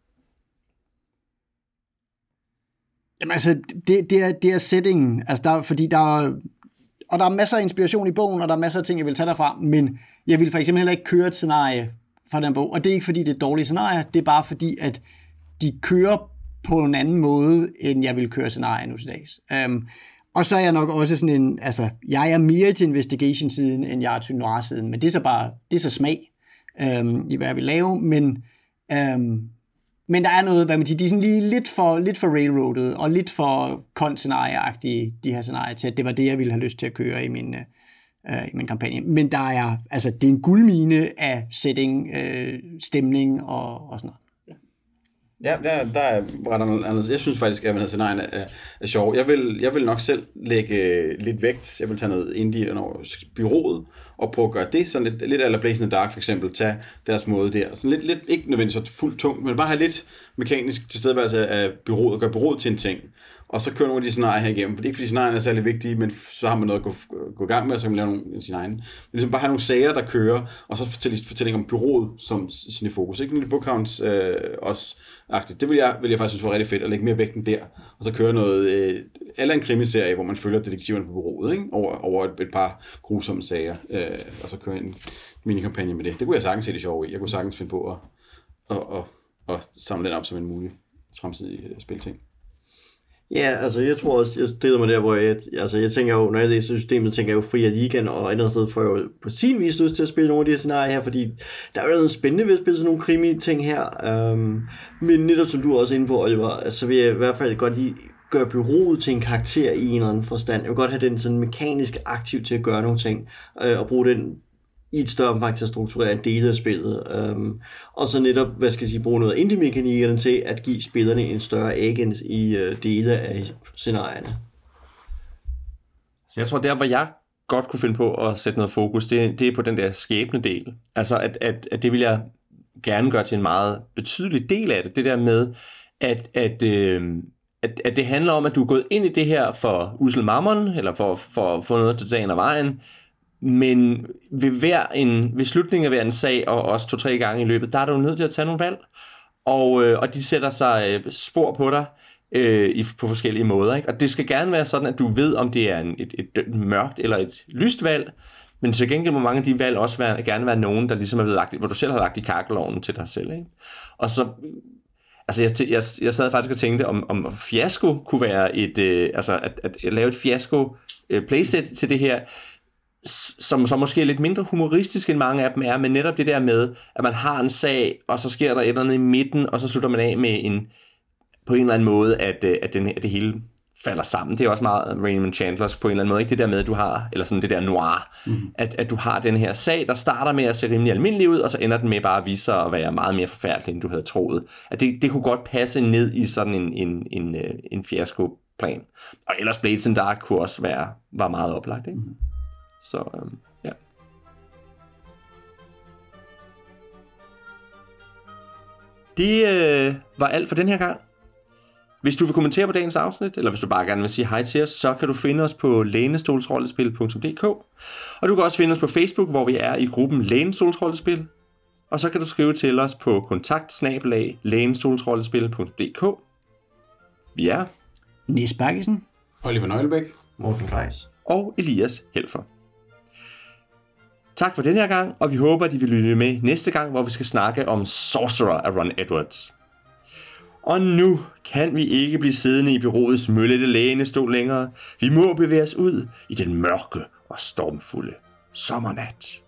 Jamen altså, det, det, er, det er settingen, altså der, fordi der er, og der er masser af inspiration i bogen, og der er masser af ting, jeg vil tage derfra, men jeg vil for eksempel heller ikke køre et scenarie fra den bog, og det er ikke fordi, det er et dårligt scenarie, det er bare fordi, at de kører på en anden måde, end jeg vil køre scenarier nu til dags. Um, og så er jeg nok også sådan en, altså, jeg er mere til investigation-siden, end jeg er til noir-siden, men det er så bare, det er så smag um, i, hvad jeg vil lave, men... Um, Men der er noget, hvad man siger, de er sådan lige lidt for, lidt for railroadet, og lidt for kont-scenarie-agtige, de her scenarier, til at det var det, jeg ville have lyst til at køre i min, øh, i min kampagne. Men der er, altså, det er en guldmine af setting, øh, stemning og, og sådan noget. Ja, der, der er ret andet. Jeg synes faktisk, at den her scenarien er, er sjov. Jeg vil, jeg vil nok selv lægge lidt vægt. Jeg vil tage noget indie over bureauet og prøve at gøre det sådan lidt, lidt eller Blazing the Dark for eksempel. Tage deres måde der. Sådan lidt, lidt ikke nødvendigvis så fuldt tungt, men bare have lidt mekanisk tilstedeværelse af bureauet og gøre bureauet til en ting. Og så køre nogle af de scenarier her igennem. For det er ikke fordi scenarierne er særlig vigtige, men så har man noget at gå, gå i gang med, og så kan man lave nogle af sine egne. Men ligesom bare have nogle sager, der kører, og så fortælle fortællinger om bureauet som sin fokus. Ikke en bookhounds øh, også agtigt. Det vil jeg, vil jeg faktisk synes var rigtig fedt, at lægge mere vægten der. Og så køre noget, øh, eller en krimiserie, hvor man følger detektiverne på bureauet, ikke? Over, over et, et par grusomme sager. Øh, og så køre en minikampagne med det. Det kunne jeg sagtens se det sjove i. Jeg kunne sagtens finde på at, at, at, at, at samle den op som en mulig fremtidig spilting. Ja, altså jeg tror også, jeg stiller mig der, hvor jeg, altså jeg tænker jo, når jeg læser systemet, tænker jeg jo Fri af Ligaen, og andet sted får jeg jo på sin vis lyst til at spille nogle af de her scenarier her, fordi der er jo noget spændende ved at spille sådan nogle krimi-ting her, um, men netop som du er også inde på, Oliver, altså, så vil jeg i hvert fald godt lige gøre bureauet til en karakter i en eller anden forstand. Jeg vil godt have den sådan mekanisk aktiv til at gøre nogle ting, øh, og bruge den i et større omfang til at strukturere en del af spillet. Um, og så netop, hvad skal jeg sige, bruge noget af indie-mekanikkerne til at give spillerne en større agens i uh, dele af scenarierne. Så jeg tror, der hvor jeg godt kunne finde på at sætte noget fokus, det, det er på den der skæbne del. Altså, at, at, at det vil jeg gerne gøre til en meget betydelig del af det. Det der med, at, at, øh, at, at det handler om, at du er gået ind i det her for usel mammon, eller for, for at få noget til dagen af vejen, men ved, hver en, ved slutningen af hver en sag, og også to-tre gange i løbet, der er du nødt til at tage nogle valg, og, øh, og de sætter sig øh, spor på dig, Øh, i, på forskellige måder, ikke? Og det skal gerne være sådan, at du ved, om det er en, et, et mørkt eller et lyst valg, men til gengæld må mange af de valg også være, gerne være nogen, der ligesom er blevet lagt, hvor du selv har lagt i kakkelovnen til dig selv, ikke? Og så, altså jeg, jeg, jeg sad faktisk og tænkte, om, om fiasko kunne være et, øh, altså at, at lave et fiasko øh, playset til det her, som så måske er lidt mindre humoristisk end mange af dem er, men netop det der med, at man har en sag, og så sker der et eller andet i midten, og så slutter man af med en på en eller anden måde, at, at, den, at det hele falder sammen. Det er også meget Raymond Chandlers på en eller anden måde, ikke det der med, at du har, eller sådan det der noir, mm. at, at du har den her sag, der starter med at se rimelig almindelig ud, og så ender den med bare at vise sig at være meget mere forfærdelig, end du havde troet. At det, det kunne godt passe ned i sådan en, en, en, en fiasko-plan. Og ellers Blades in Dark kunne også være var meget oplagt, ikke? Mm. Så, øhm, ja. Det øh, var alt for den her gang. Hvis du vil kommentere på dagens afsnit, eller hvis du bare gerne vil sige hej til os, så kan du finde os på lænestolsrollespil punktum d k. Og du kan også finde os på Facebook, hvor vi er i gruppen Lænestolsrollespil. Og så kan du skrive til os på kontakt snabel-a lænestolsrollespil punktum d k. Vi er Nis Bakkesen, Oliver Nøglebæk, Morten Greis og Elias Helfer. Tak for den her gang, og vi håber, at I vil lytte med næste gang, hvor vi skal snakke om Sorcerer af Ron Edwards. Og nu kan vi ikke blive siddende i bureauets møllette lænestol længere. Vi må bevæge os ud i den mørke og stormfulde sommernat.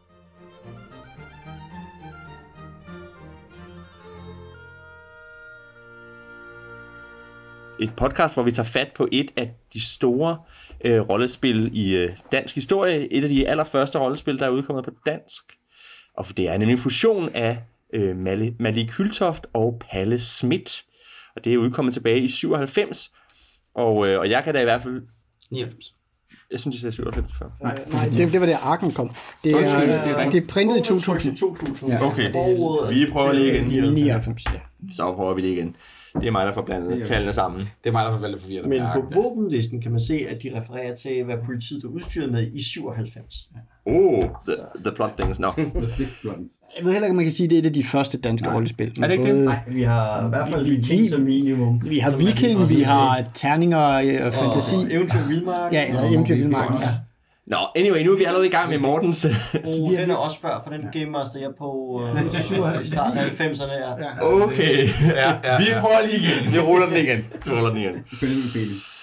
Et podcast, hvor vi tager fat på et af de store øh, rollespil i øh, dansk historie. Et af de allerførste rollespil, der er udkommet på dansk. Og det er nemlig en fusion af øh, Malik Hyltoft og Palle Schmidt. Og det er udkommet tilbage i syvoghalvfems. Og, øh, og jeg kan da i hvert fald... nioghalvfems. Jeg synes, det er syvoghalvfems før. Nej, nej det, det var der Arken kom. Det er, Undskyld, det det er er, det er printet i to tusind. Ja. Okay, vi prøver lige igen. nioghalvfems, ja. Så prøver vi lige igen. Det er mig, der får blandet tallene sammen. Det er mig, der får valgt forvirret. Men på våbenlisten kan man se, at de refererer til, hvad politiet er udstyret med i syvoghalvfems. Oh, the, the plot things. No. Jeg ved heller ikke, om man kan sige, at det er et af de første danske Nej. rollespil. Er det ikke både, det? Nej, vi har i hvert fald vi, Viking som minimum. Vi har Viking, vi har terninger og fantasi. Og Eventyr Vildmark. Ja, eller Eventyr Vildmark. Ja. Nå, anyway, nu er vi allerede i gang med Mortens. Oh, den er også før, for den Game Master, jeg på uh, i starten af halvfemserne er. Okay, Ja, ja, vi ja. prøver lige igen. Vi ruller den igen. Vi ruller den igen. Spil med penis.